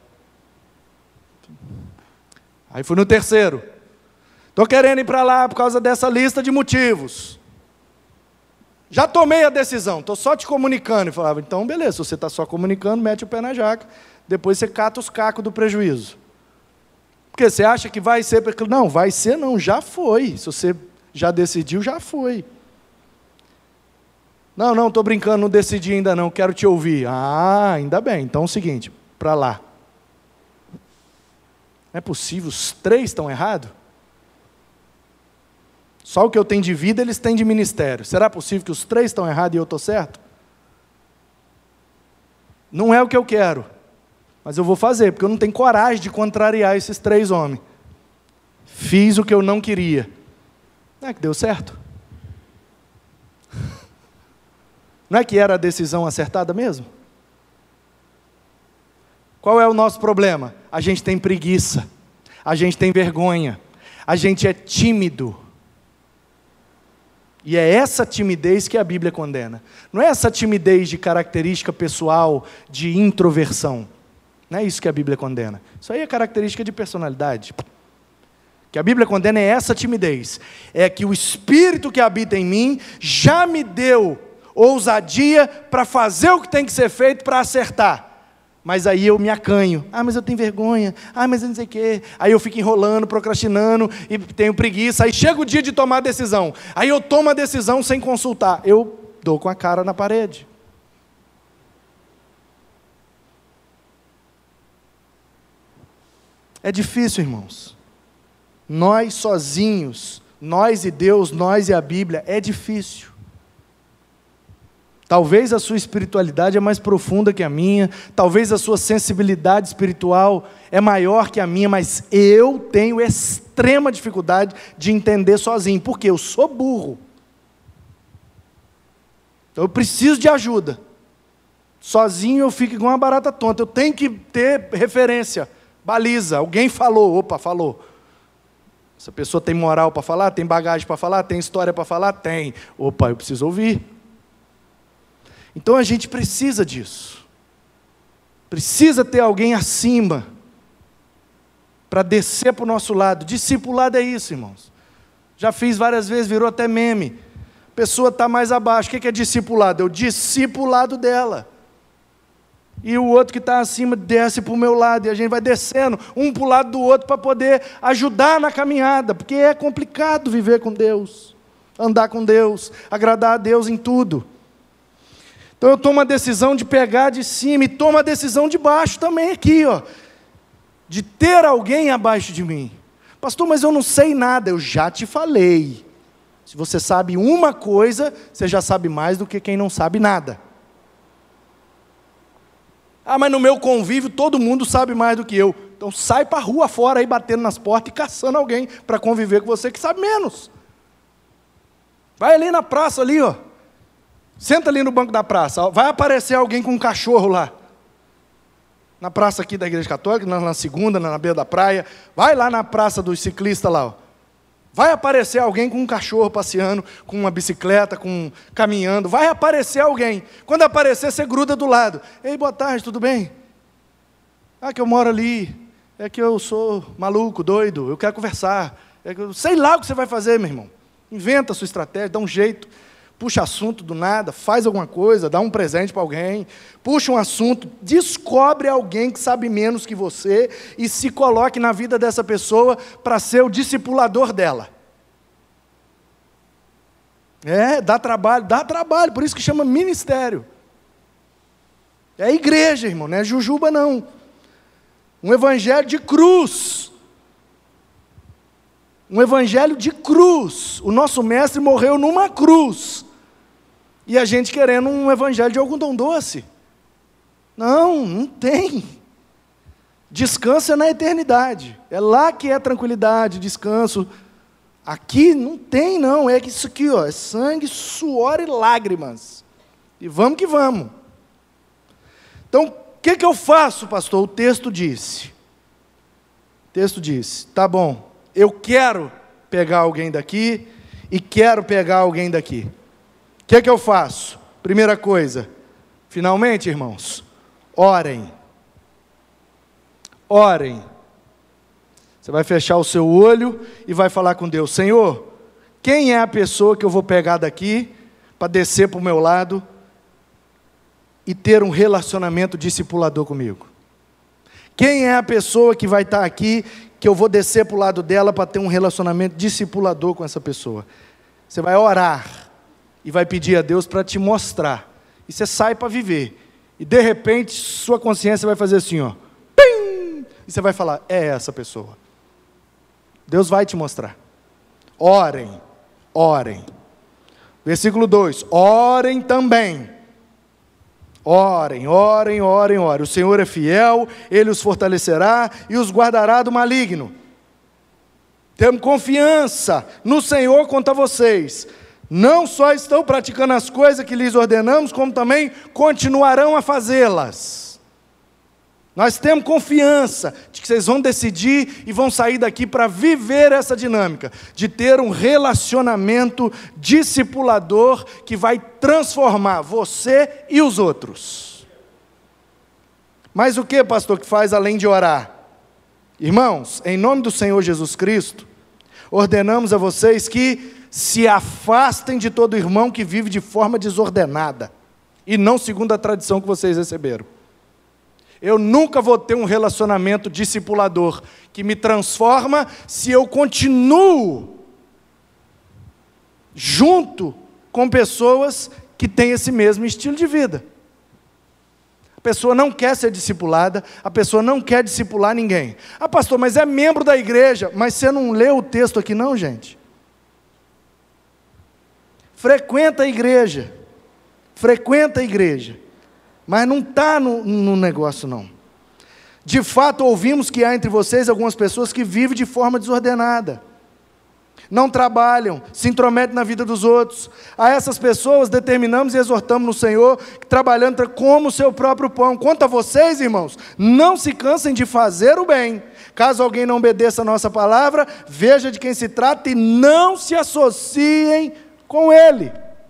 Aí fui no terceiro. Estou querendo ir para lá por causa dessa lista de motivos. Já tomei a decisão, estou só te comunicando. E falava, então beleza, se você está só comunicando, mete o pé na jaca. Depois você cata os cacos do prejuízo. Porque você acha que vai ser... Não, vai ser não, já foi. Se você já decidiu, já foi. Não, não, estou brincando, não decidi ainda não, quero te ouvir. Ah, ainda bem, então é o seguinte, para lá. Não é possível, os três estão errados? Só o que eu tenho de vida, eles têm de ministério. Será possível que os três estão errados e eu estou certo? Não é o que eu quero, mas eu vou fazer, porque eu não tenho coragem de contrariar esses três homens. Fiz o que eu não queria. Não é que deu certo? Não é que era a decisão acertada mesmo? Qual é o nosso problema? A gente tem preguiça, a gente tem vergonha, a gente é tímido. E é essa timidez que a Bíblia condena. Não é essa timidez de característica pessoal, de introversão. Não é isso que a Bíblia condena. Isso aí é característica de personalidade. O que a Bíblia condena é essa timidez. É que o Espírito que habita em mim já me deu ousadia para fazer o que tem que ser feito para acertar. Mas aí eu me acanho. Ah, mas eu tenho vergonha. Ah, mas eu não sei o quê. Aí eu fico enrolando, procrastinando e tenho preguiça. Aí chega o dia de tomar a decisão. Aí eu tomo a decisão sem consultar. Eu dou com a cara na parede. É difícil, irmãos. Nós sozinhos, nós e Deus, nós e a Bíblia, é difícil. Talvez a sua espiritualidade é mais profunda que a minha, talvez a sua sensibilidade espiritual é maior que a minha, mas eu tenho extrema dificuldade de entender sozinho, porque eu sou burro. Então eu preciso de ajuda. Sozinho eu fico igual uma barata tonta, eu tenho que ter referência, baliza, alguém falou, opa, falou. Essa pessoa tem moral para falar, tem bagagem para falar, tem história para falar? Tem. Opa, eu preciso ouvir. Então a gente precisa disso. Precisa ter alguém acima para descer para o nosso lado. Discipulado é isso, irmãos. Já fiz várias vezes, virou até meme. A pessoa está mais abaixo. O que é discipulado? É o discipulado dela. E o outro que está acima desce para o meu lado. E a gente vai descendo um para o lado do outro para poder ajudar na caminhada. Porque é complicado viver com Deus, andar com Deus, agradar a Deus em tudo. Então eu tomo a decisão de pegar de cima e tomo a decisão de baixo também aqui, ó, de ter alguém abaixo de mim. Pastor, mas eu não sei nada. Eu já te falei. Se você sabe uma coisa, você já sabe mais do que quem não sabe nada. Ah, mas no meu convívio todo mundo sabe mais do que eu. Então sai para a rua fora aí batendo nas portas e caçando alguém para conviver com você que sabe menos. Vai ali na praça ali, ó. Senta ali no banco da praça, vai aparecer alguém com um cachorro lá. Na praça aqui da Igreja Católica, na segunda, na beira da praia. Vai lá na praça dos ciclistas lá. Ó. Vai aparecer alguém com um cachorro passeando, com uma bicicleta, com, caminhando. Vai aparecer alguém. Quando aparecer, você gruda do lado. Ei, boa tarde, tudo bem? Ah, que eu moro ali. É que eu sou maluco, doido. Eu quero conversar. É que eu... Sei lá o que você vai fazer, meu irmão. Inventa a sua estratégia, dá um jeito. Puxa assunto do nada, faz alguma coisa, dá um presente para alguém, puxa um assunto, descobre alguém que sabe menos que você e se coloque na vida dessa pessoa para ser o discipulador dela. É, dá trabalho, dá trabalho, por isso que chama ministério. É igreja, irmão, não é jujuba não. Um evangelho de cruz. Um evangelho de cruz. O nosso mestre morreu numa cruz. E a gente querendo um evangelho de algodão doce. Não, não tem. Descanso é na eternidade. É lá que é tranquilidade, descanso. Aqui não tem, não. É isso aqui, ó, é sangue, suor e lágrimas. E vamos que vamos. Então, o que, que eu faço, pastor? O texto disse. O texto disse, tá bom, eu quero pegar alguém daqui e quero pegar alguém daqui. O que, que eu faço? Primeira coisa, finalmente, irmãos, orem. Orem. Você vai fechar o seu olho e vai falar com Deus, Senhor, quem é a pessoa que eu vou pegar daqui para descer para o meu lado e ter um relacionamento discipulador comigo? Quem é a pessoa que vai estar aqui, que eu vou descer para o lado dela para ter um relacionamento discipulador com essa pessoa? Você vai orar e vai pedir a Deus para te mostrar. E você sai para viver. E de repente, sua consciência vai fazer assim, ó. Pim! E você vai falar, é essa pessoa. Deus vai te mostrar. Orem, orem. Versículo dois, orem também. Orem, orem, orem, orem. O Senhor é fiel, Ele os fortalecerá e os guardará do maligno. Temos confiança no Senhor quanto a vocês. Não só estão praticando as coisas que lhes ordenamos, como também continuarão a fazê-las. Nós temos confiança de que vocês vão decidir e vão sair daqui para viver essa dinâmica, de ter um relacionamento discipulador que vai transformar você e os outros. Mas o que, pastor, que faz além de orar? Irmãos, em nome do Senhor Jesus Cristo, ordenamos a vocês que se afastem de todo irmão que vive de forma desordenada, e não segundo a tradição que vocês receberam. Eu nunca vou ter um relacionamento discipulador que me transforma se eu continuo junto com pessoas que têm esse mesmo estilo de vida. A pessoa não quer ser discipulada, a pessoa não quer discipular ninguém. Ah, pastor, mas é membro da igreja. Mas você não leu o texto aqui não, gente? Frequenta a igreja, frequenta a igreja. Mas não está no, no negócio, não. De fato, ouvimos que há entre vocês algumas pessoas que vivem de forma desordenada. Não trabalham, se intrometem na vida dos outros. A essas pessoas determinamos e exortamos no Senhor, trabalhando como o seu próprio pão. Quanto a vocês, irmãos, não se cansem de fazer o bem. Caso alguém não obedeça a nossa palavra, veja de quem se trata e não se associem com ele.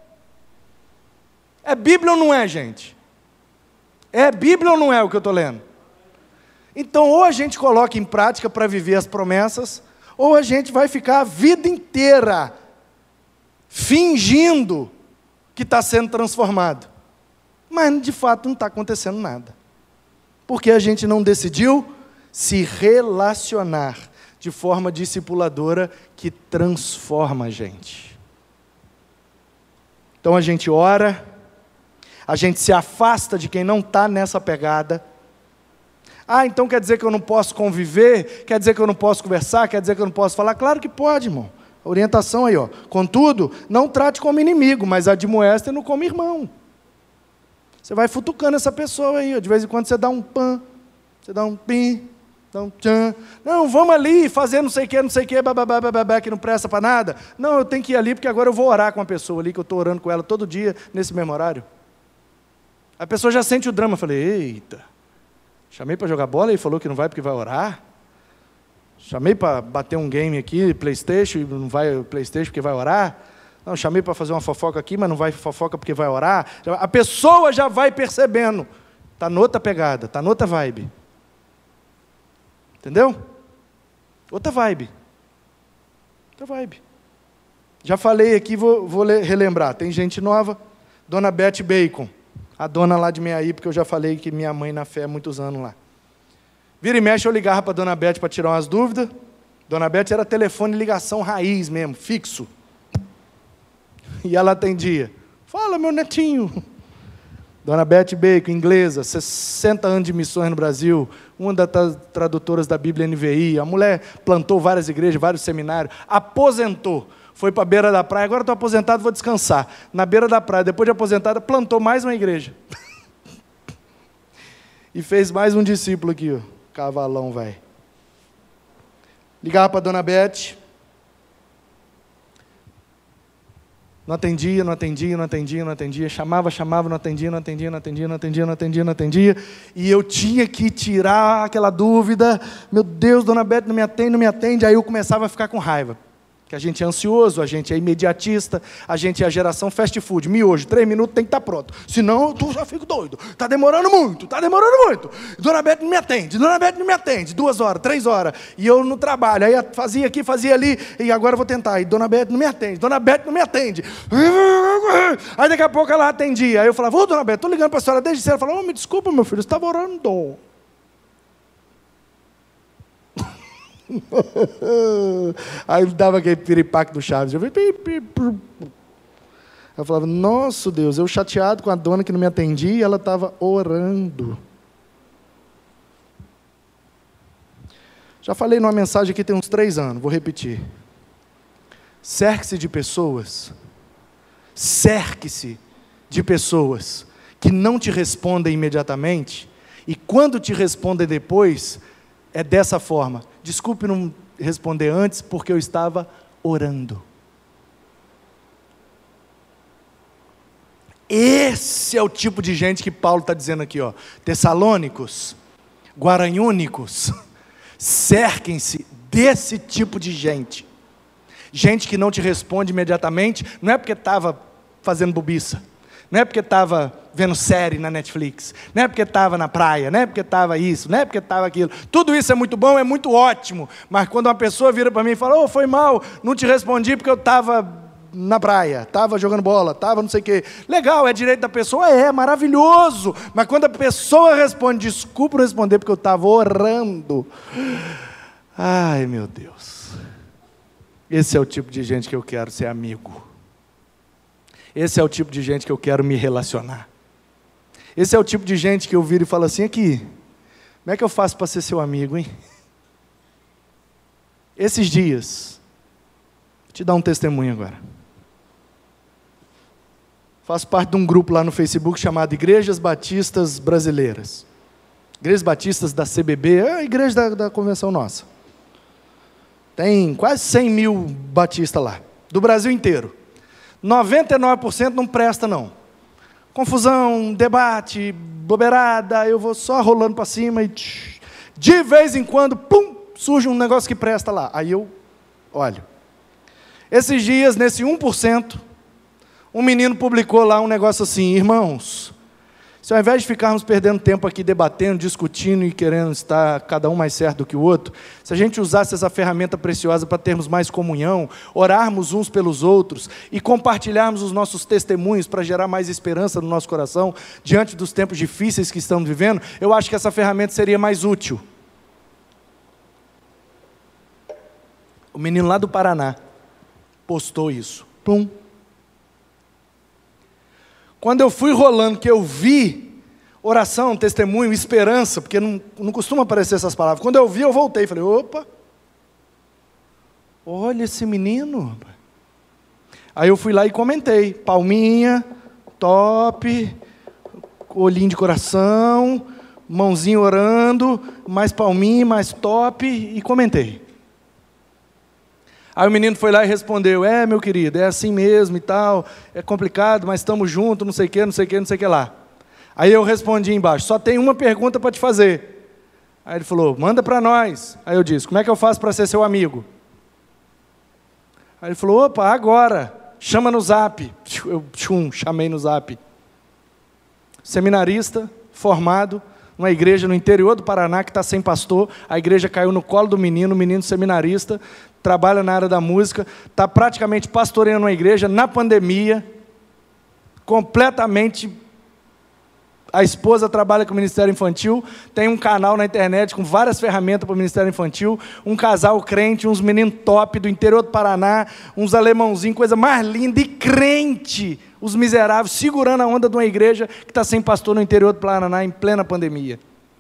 É Bíblia ou não é, gente? É Bíblia ou não é o que eu estou lendo? Então, ou a gente coloca em prática para viver as promessas, ou a gente vai ficar a vida inteira fingindo que está sendo transformado. Mas, de fato, não está acontecendo nada. Porque a gente não decidiu se relacionar de forma discipuladora que transforma a gente. Então, a gente ora, a gente se afasta de quem não está nessa pegada. Ah, então quer dizer que eu não posso conviver? Quer dizer que eu não posso conversar? Quer dizer que eu não posso falar? Claro que pode, irmão. A orientação aí, ó. Contudo, não trate como inimigo, mas admoeste-no como irmão. Você vai futucando essa pessoa aí, ó. De vez em quando você dá um pã, você dá um pim, dá um tchan. Não, vamos ali fazer não sei o que, não sei o que, bababá, bababá, que não presta para nada. Não, eu tenho que ir ali porque agora eu vou orar com uma pessoa ali, que eu estou orando com ela todo dia, nesse mesmo horário. A pessoa já sente o drama. Eu falei, eita, chamei para jogar bola e falou que não vai porque vai orar. Chamei para bater um game aqui, Playstation, e não vai Playstation porque vai orar. Não, chamei para fazer uma fofoca aqui, mas não vai fofoca porque vai orar. A pessoa já vai percebendo. Está noutra pegada, está noutra vibe. Entendeu? Outra vibe. Outra vibe. Já falei aqui, vou, vou relembrar. Tem gente nova, Dona Beth Bacon. A dona lá de Meaí, porque eu já falei que minha mãe na fé há muitos anos lá. Vira e mexe, eu ligava para a Dona Beth para tirar umas dúvidas. Dona Beth era telefone ligação raiz mesmo, fixo. E ela atendia. Fala, meu netinho. Dona Beth Bacon, inglesa, sessenta anos de missões no Brasil, uma das tradutoras da Bíblia N V I. A mulher plantou várias igrejas, vários seminários, aposentou. Foi para a beira da praia, agora estou aposentado, vou descansar. Na beira da praia, depois de aposentada, plantou mais uma igreja. E fez mais um discípulo aqui, ó. Cavalão, velho. Ligava para a dona Beth. Não atendia, não atendia, não atendia, não atendia. Chamava, chamava, não atendia, não atendia, não atendia, não atendia, não atendia, não atendia. E eu tinha que tirar aquela dúvida. Meu Deus, dona Beth não me atende, não me atende. Aí eu começava a ficar com raiva. Que a gente é ansioso, a gente é imediatista, a gente é a geração fast food. Miojo, três minutos tem que estar pronto. Senão eu já fico doido. Está demorando muito, está demorando muito. Dona Beth não me atende, Dona Beth não me atende. Duas horas, três horas. E eu no trabalho. Aí fazia aqui, fazia ali. E agora eu vou tentar. E Dona Beth não me atende, Dona Beth não me atende. Aí daqui a pouco ela atendia. Aí eu falava, ô Dona Beth, estou ligando para a senhora desde cedo. Ela falava, oh, me desculpa, meu filho, você estava orando. Aí dava aquele piripaque do Chaves. Eu falava, nossa Deus, eu chateado com a dona que não me atendia e ela estava orando. Já falei numa mensagem aqui tem uns três anos, vou repetir. Cerque-se de pessoas, cerque-se de pessoas que não te respondem imediatamente e quando te respondem depois, é dessa forma. Desculpe não responder antes, porque eu estava orando. Esse é o tipo de gente que Paulo está dizendo aqui, ó. Tessalônicos, guaranhúnicos, cerquem-se desse tipo de gente. Gente que não te responde imediatamente, não é porque estava fazendo bobiça, não é porque estava vendo série na Netflix, não é porque estava na praia, não é porque estava isso, não é porque estava aquilo. Tudo isso é muito bom, é muito ótimo, mas quando uma pessoa vira para mim e fala, oh, foi mal, não te respondi porque eu estava na praia, estava jogando bola, estava não sei o quê. Legal, é direito da pessoa? É, maravilhoso, mas quando a pessoa responde, desculpa não responder porque eu estava orando. Ai, meu Deus. Esse é o tipo de gente que eu quero ser amigo. Esse é o tipo de gente que eu quero me relacionar. Esse é o tipo de gente que eu viro e falo assim, aqui, como é que eu faço para ser seu amigo, hein? Esses dias, vou te dar um testemunho agora. Faço parte de um grupo lá no Facebook chamado Igrejas Batistas Brasileiras. Igrejas Batistas da C B B, é a igreja da, da convenção nossa. Tem quase cem mil batistas lá, do Brasil inteiro. noventa e nove por cento não presta, não. Confusão, debate, bobeirada, eu vou só rolando para cima e... Tch, de vez em quando, pum, surge um negócio que presta lá. Aí eu olho. Esses dias, nesse um por cento, um menino publicou lá um negócio assim, irmãos, se ao invés de ficarmos perdendo tempo aqui debatendo, discutindo e querendo estar cada um mais certo do que o outro, se a gente usasse essa ferramenta preciosa para termos mais comunhão, orarmos uns pelos outros e compartilharmos os nossos testemunhos para gerar mais esperança no nosso coração diante dos tempos difíceis que estamos vivendo, eu acho que essa ferramenta seria mais útil. O menino lá do Paraná postou isso. Pum. Quando eu fui rolando, que eu vi oração, testemunho, esperança, porque não, não costuma aparecer essas palavras. Quando eu vi, eu voltei. Falei, opa, olha esse menino. Aí eu fui lá e comentei. Palminha, top, olhinho de coração, mãozinha orando, mais palminha, mais top, e comentei. Aí o menino foi lá e respondeu, é meu querido, é assim mesmo e tal, é complicado, mas estamos juntos, não sei o que, não sei o que, não sei o que lá. Aí eu respondi embaixo, só tem uma pergunta para te fazer. Aí ele falou, manda para nós. Aí eu disse, como é que eu faço para ser seu amigo? Aí ele falou, opa, agora, chama no zap. Eu tchum, chamei no zap. Seminarista, formado, numa igreja no interior do Paraná que está sem pastor, a igreja caiu no colo do menino, o menino seminarista, trabalha na área da música, está praticamente pastoreando uma igreja na pandemia, completamente, a esposa trabalha com o Ministério Infantil, tem um canal na internet com várias ferramentas para o Ministério Infantil, um casal crente, uns meninos top do interior do Paraná, uns alemãozinhos, coisa mais linda, e crente, os miseráveis, segurando a onda de uma igreja que está sem pastor no interior do Paraná, em plena pandemia.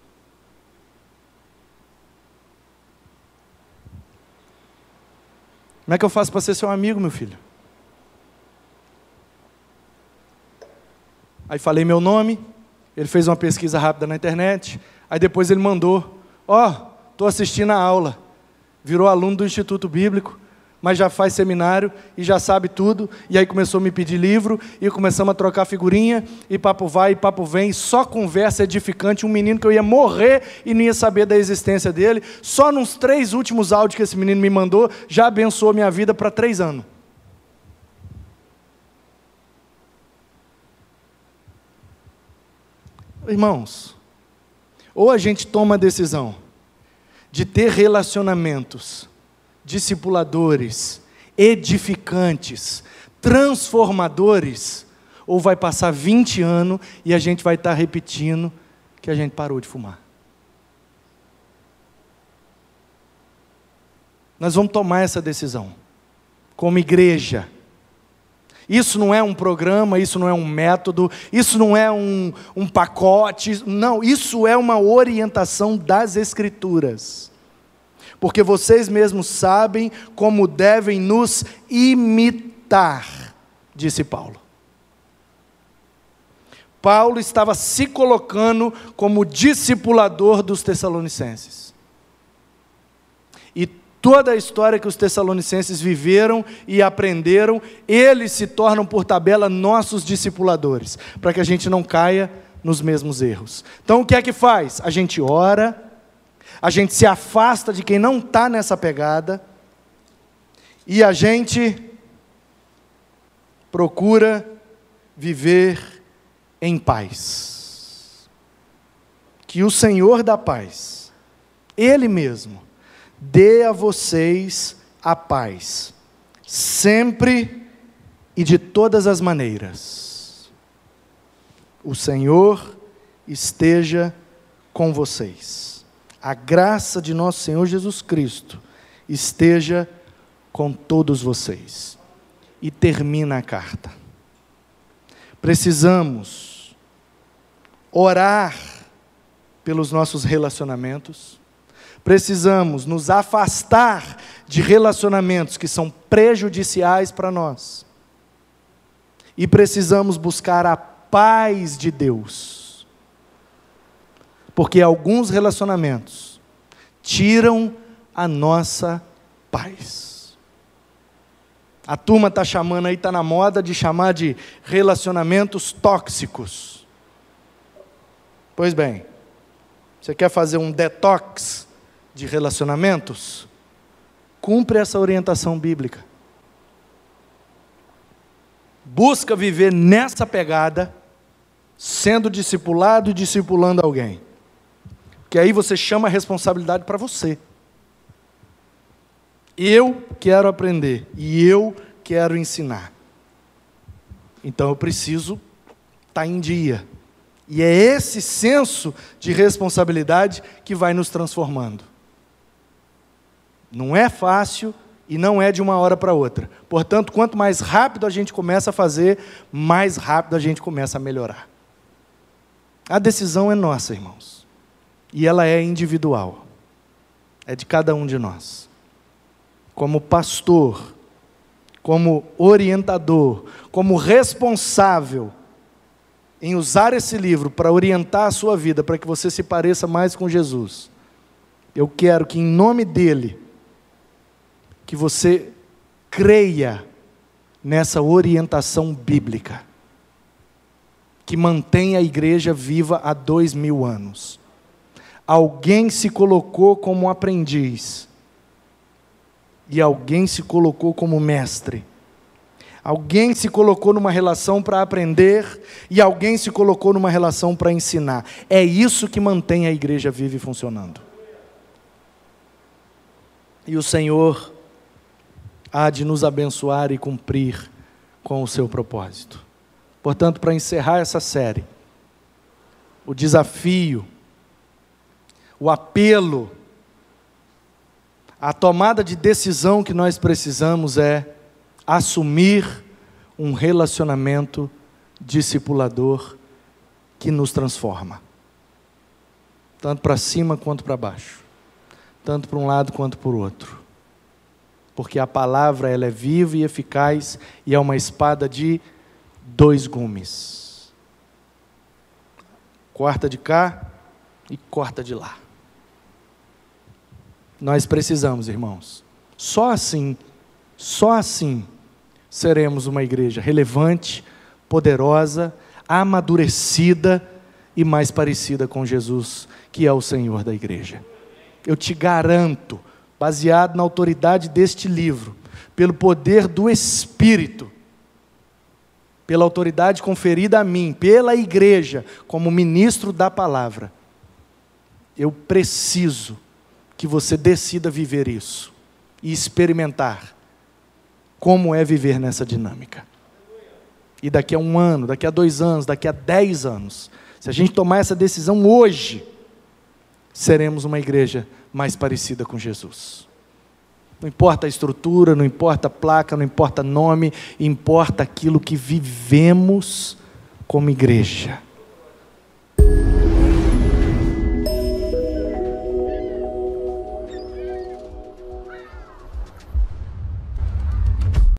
Como é que eu faço para ser seu amigo, meu filho? Aí falei meu nome, Ele fez uma pesquisa rápida na internet, aí depois ele mandou, ó, oh, estou assistindo a aula, virou aluno do Instituto Bíblico, mas já faz seminário e já sabe tudo, e aí começou a me pedir livro, e começamos a trocar figurinha, e papo vai, e papo vem, só conversa edificante, um menino que eu ia morrer e não ia saber da existência dele, só nos três últimos áudios que esse menino me mandou, já abençoou minha vida para três anos. Irmãos, ou a gente toma a decisão de ter relacionamentos discipuladores, edificantes, transformadores, ou vai passar vinte anos e a gente vai estar repetindo que a gente parou de fumar. Nós vamos tomar essa decisão, como igreja. Isso não é um programa, isso não é um método, isso não é um, um pacote, não, isso é uma orientação das Escrituras. Porque vocês mesmos sabem como devem nos imitar, disse Paulo. Paulo estava se colocando como discipulador dos Tessalonicenses. E toda a história que os Tessalonicenses viveram e aprenderam, eles se tornam, por tabela, nossos discipuladores, para que a gente não caia nos mesmos erros. Então, o que é que faz? A gente ora, a gente se afasta de quem não está nessa pegada, e a gente procura viver em paz. Que o Senhor da paz, Ele mesmo, dê a vocês a paz, sempre e de todas as maneiras. O Senhor esteja com vocês. A graça de nosso Senhor Jesus Cristo esteja com todos vocês. E termina a carta. Precisamos orar pelos nossos relacionamentos. Precisamos nos afastar de relacionamentos que são prejudiciais para nós. E precisamos buscar a paz de Deus. Porque alguns relacionamentos tiram a nossa paz. A turma está chamando aí, está na moda de chamar de relacionamentos tóxicos. Pois bem, você quer fazer um detox de relacionamentos? Cumpre essa orientação bíblica. Busca viver nessa pegada, sendo discipulado e discipulando alguém. Que aí você chama a responsabilidade para você. Eu quero aprender e eu quero ensinar. Então eu preciso estar em dia. E é esse senso de responsabilidade que vai nos transformando. Não é fácil e não é de uma hora para outra. Portanto, quanto mais rápido a gente começa a fazer, mais rápido a gente começa a melhorar. A decisão é nossa, irmãos. E ela é individual. É de cada um de nós. Como pastor, como orientador, como responsável em usar esse livro para orientar a sua vida, para que você se pareça mais com Jesus. Eu quero que, em nome dele, que você creia nessa orientação bíblica, que mantém a igreja viva há dois mil anos. Alguém se colocou como aprendiz, e alguém se colocou como mestre. Alguém se colocou numa relação para aprender, e alguém se colocou numa relação para ensinar. É isso que mantém a igreja viva e funcionando. E o Senhor há de nos abençoar e cumprir com o seu propósito. Portanto, para encerrar essa série, o desafio, o apelo, a tomada de decisão que nós precisamos é assumir um relacionamento discipulador que nos transforma. Tanto para cima quanto para baixo. Tanto para um lado quanto para o outro. Porque a palavra ela é viva e eficaz e é uma espada de dois gumes. Corta de cá e corta de lá. Nós precisamos, irmãos. Só assim, só assim, seremos uma igreja relevante, poderosa, amadurecida e mais parecida com Jesus, que é o Senhor da igreja. Eu te garanto, baseado na autoridade deste livro, pelo poder do Espírito, pela autoridade conferida a mim, pela igreja, como ministro da palavra, eu preciso que você decida viver isso e experimentar como é viver nessa dinâmica. E daqui a um ano, daqui a dois anos, daqui a dez anos, se a gente tomar essa decisão hoje, seremos uma igreja mais parecida com Jesus. Não importa a estrutura, não importa a placa, não importa nome, importa aquilo que vivemos como igreja.